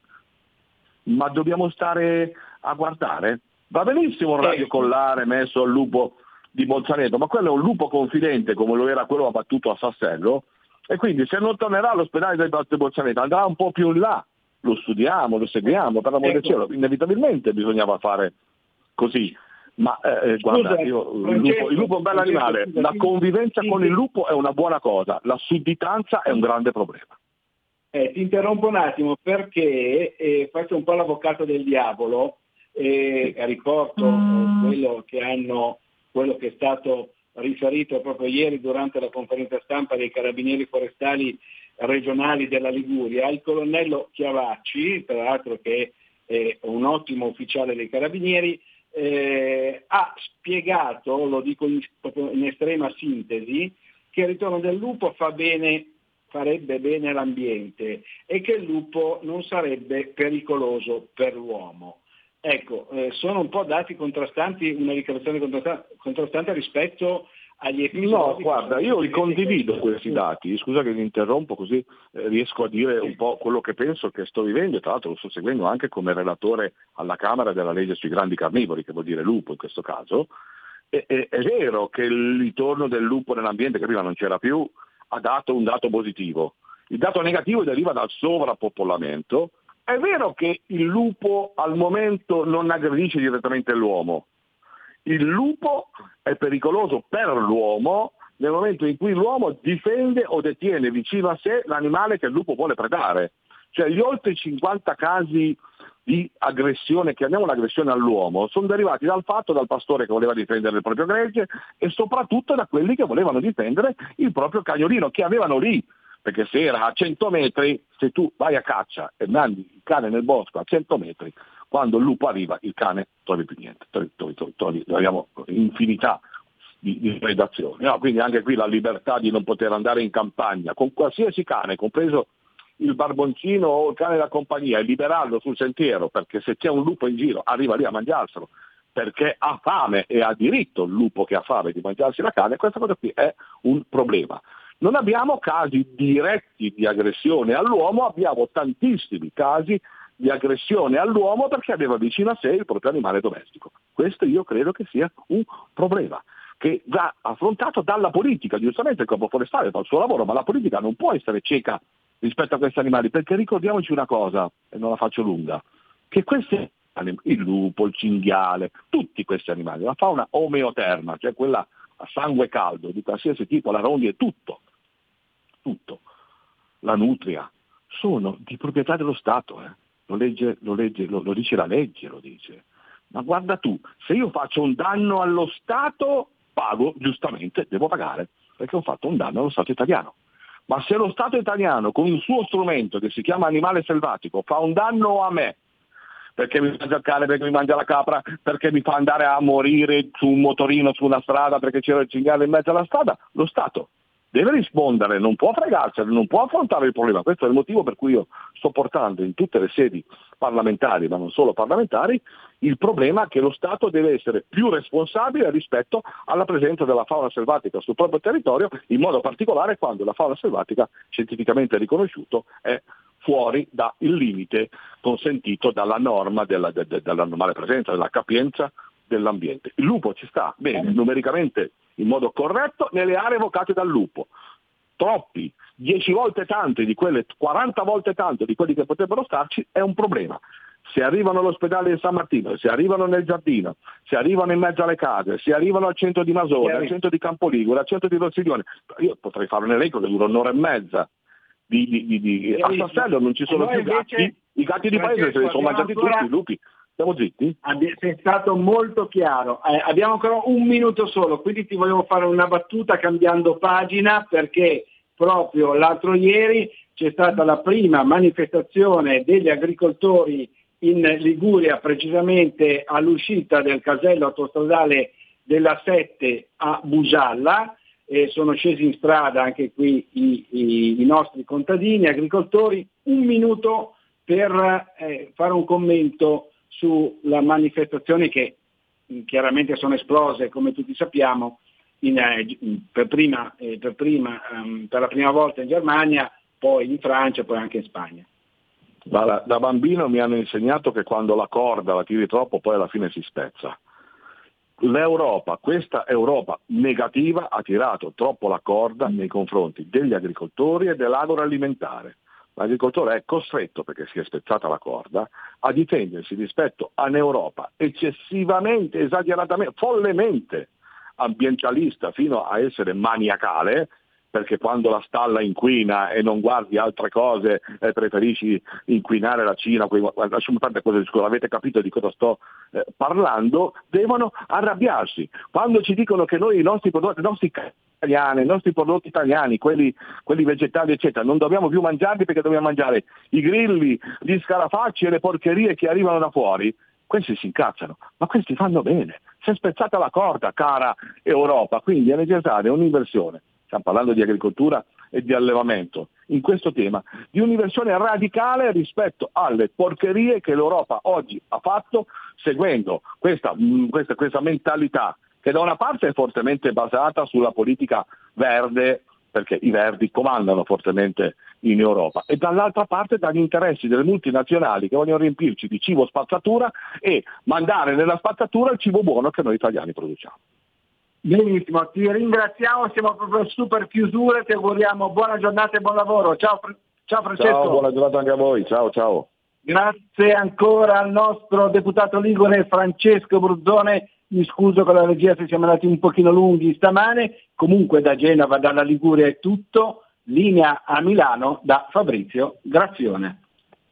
Ma dobbiamo stare a guardare? Va benissimo un radio collare messo al lupo di Bolzaneto, ma quello è un lupo confidente come lo era quello abbattuto a Sassello, e quindi se non tornerà all'ospedale di Bolzaneto andrà un po' più in là. Lo studiamo, lo seguiamo, per l'amor del cielo, inevitabilmente bisognava fare così. Ma eh, guarda, io, il, lupo, il lupo è un bel animale, la convivenza con il lupo è una buona cosa, la sudditanza è un grande problema. Eh, ti interrompo un attimo perché eh, faccio un po' l'avvocato del diavolo e eh, riporto mm. quello che hanno, quello che è stato riferito proprio ieri durante la conferenza stampa dei carabinieri forestali regionali della Liguria. Il colonnello Chiavacci, tra l'altro che è un ottimo ufficiale dei carabinieri, eh, ha spiegato, lo dico in, proprio in estrema sintesi, che il ritorno del lupo fa bene, farebbe bene all'ambiente e che il lupo non sarebbe pericoloso per l'uomo. Ecco, eh, sono un po' dati contrastanti, una dichiarazione contrastante, contrastante rispetto agli episodi. No, guarda, io li condivido questi dati, scusa che mi interrompo così eh, riesco a dire un po' quello che penso, che sto vivendo, e tra l'altro lo sto seguendo anche come relatore alla Camera della legge sui grandi carnivori, che vuol dire lupo in questo caso. E, e, è vero che il ritorno del lupo nell'ambiente, che prima non c'era più, ha dato un dato positivo. Il dato negativo deriva dal sovrappopolamento. È vero che il lupo al momento non aggredisce direttamente l'uomo. Il lupo è pericoloso per l'uomo nel momento in cui l'uomo difende o detiene vicino a sé l'animale che il lupo vuole predare. Cioè gli oltre cinquanta casi di aggressione, chiamiamo l'aggressione all'uomo, sono derivati dal fatto dal pastore che voleva difendere il proprio gregge e soprattutto da quelli che volevano difendere il proprio cagnolino, che avevano lì. Perché se era a cento metri, se tu vai a caccia e mandi il cane nel bosco a cento metri, quando il lupo arriva il cane trovi più niente, trovi, trovi, trovi, trovi, troviamo infinità di, di predazioni. No, quindi anche qui la libertà di non poter andare in campagna con qualsiasi cane, compreso il barboncino o il cane da compagnia, e liberarlo sul sentiero, perché se c'è un lupo in giro arriva lì a mangiarselo, perché ha fame e ha diritto il lupo che ha fame di mangiarsi la carne. Questa cosa qui è un problema. Non abbiamo casi diretti di aggressione all'uomo, abbiamo tantissimi casi di aggressione all'uomo perché aveva vicino a sé il proprio animale domestico. Questo io credo che sia un problema che va affrontato dalla politica. Giustamente il Corpo Forestale fa il suo lavoro, ma la politica non può essere cieca rispetto a questi animali, perché ricordiamoci una cosa, e non la faccio lunga, che questi animali, il lupo, il cinghiale, tutti questi animali, la fauna omeoterma, cioè quella a sangue caldo di qualsiasi tipo, la rondine, tutto, tutto, la nutria, sono di proprietà dello Stato, eh. lo, legge, lo, legge, lo, lo dice la legge, lo dice. Ma guarda tu, se io faccio un danno allo Stato, pago, giustamente devo pagare, perché ho fatto un danno allo Stato italiano. Ma se lo Stato italiano con il suo strumento che si chiama animale selvatico fa un danno a me, perché mi mangia il cane, perché mi mangia la capra, perché mi fa andare a morire su un motorino su una strada perché c'era il cinghiale in mezzo alla strada, lo Stato deve rispondere, non può fregarsene, non può affrontare il problema. Questo è il motivo per cui io sto portando in tutte le sedi parlamentari, ma non solo parlamentari, il problema che lo Stato deve essere più responsabile rispetto alla presenza della fauna selvatica sul proprio territorio, in modo particolare quando la fauna selvatica, scientificamente riconosciuto, è fuori dal limite consentito dalla norma della, de, de, della normale presenza, della capienza dell'ambiente. Il lupo ci sta bene, numericamente in modo corretto, nelle aree evocate dal lupo. Troppi, dieci volte tante di quelle, quaranta volte tante di quelli che potrebbero starci, è un problema. Se arrivano all'ospedale di San Martino, se arrivano nel giardino, se arrivano in mezzo alle case, se arrivano al centro di Masone, al centro di Campoligure, al centro di Rossiglione, io potrei fare un elenco che dura un'ora e mezza. Di, di, di, di. A Sassello non ci sono più gatti, i gatti di paese se li sono mangiati ancora... tutti, i lupi. Stiamo zitti? Sei stato molto chiaro. Eh, abbiamo ancora un minuto solo, quindi ti volevo fare una battuta cambiando pagina, perché proprio l'altro ieri c'è stata la prima manifestazione degli agricoltori in Liguria, precisamente all'uscita del casello autostradale della sette a Busalla. E sono scesi in strada anche qui i, i, i nostri contadini, agricoltori. Un minuto per eh, fare un commento sulla manifestazione che chiaramente sono esplose, come tutti sappiamo, in, eh, per, prima, eh, per, prima, um, per la prima volta in Germania, poi in Francia, poi anche in Spagna. Da, da bambino mi hanno insegnato che quando la corda la tiri troppo poi alla fine si spezza. L'Europa, questa Europa negativa, ha tirato troppo la corda nei confronti degli agricoltori e dell'agroalimentare. L'agricoltore è costretto, perché si è spezzata la corda, a difendersi rispetto a un'Europa eccessivamente, esageratamente, follemente ambientalista fino a essere maniacale, perché quando la stalla inquina e non guardi altre cose eh, preferisci inquinare la Cina, lasciamo tante cose di scuola, avete capito di cosa sto eh, parlando, devono arrabbiarsi. Quando ci dicono che noi i nostri prodotti, i nostri italiani, i nostri prodotti italiani, quelli, quelli vegetali eccetera, non dobbiamo più mangiarli perché dobbiamo mangiare i grilli, gli scarafacci e le porcherie che arrivano da fuori, questi si incazzano, ma questi fanno bene. Si è spezzata la corda, cara Europa, quindi è necessaria un'inversione. Stiamo parlando di agricoltura e di allevamento, in questo tema, di un'inversione radicale rispetto alle porcherie che l'Europa oggi ha fatto, seguendo questa, questa, questa mentalità che da una parte è fortemente basata sulla politica verde, perché i verdi comandano fortemente in Europa, e dall'altra parte dagli interessi delle multinazionali che vogliono riempirci di cibo spazzatura e mandare nella spazzatura il cibo buono che noi italiani produciamo. Benissimo, ti ringraziamo, siamo proprio super chiusura, ti auguriamo buona giornata e buon lavoro. Ciao, ciao Francesco. Ciao, buona giornata anche a voi, ciao ciao. Grazie ancora al nostro deputato ligure Francesco Bruzzone, mi scuso con la regia se siamo andati un pochino lunghi stamane, comunque da Genova, dalla Liguria è tutto, linea a Milano da Fabrizio Grazione.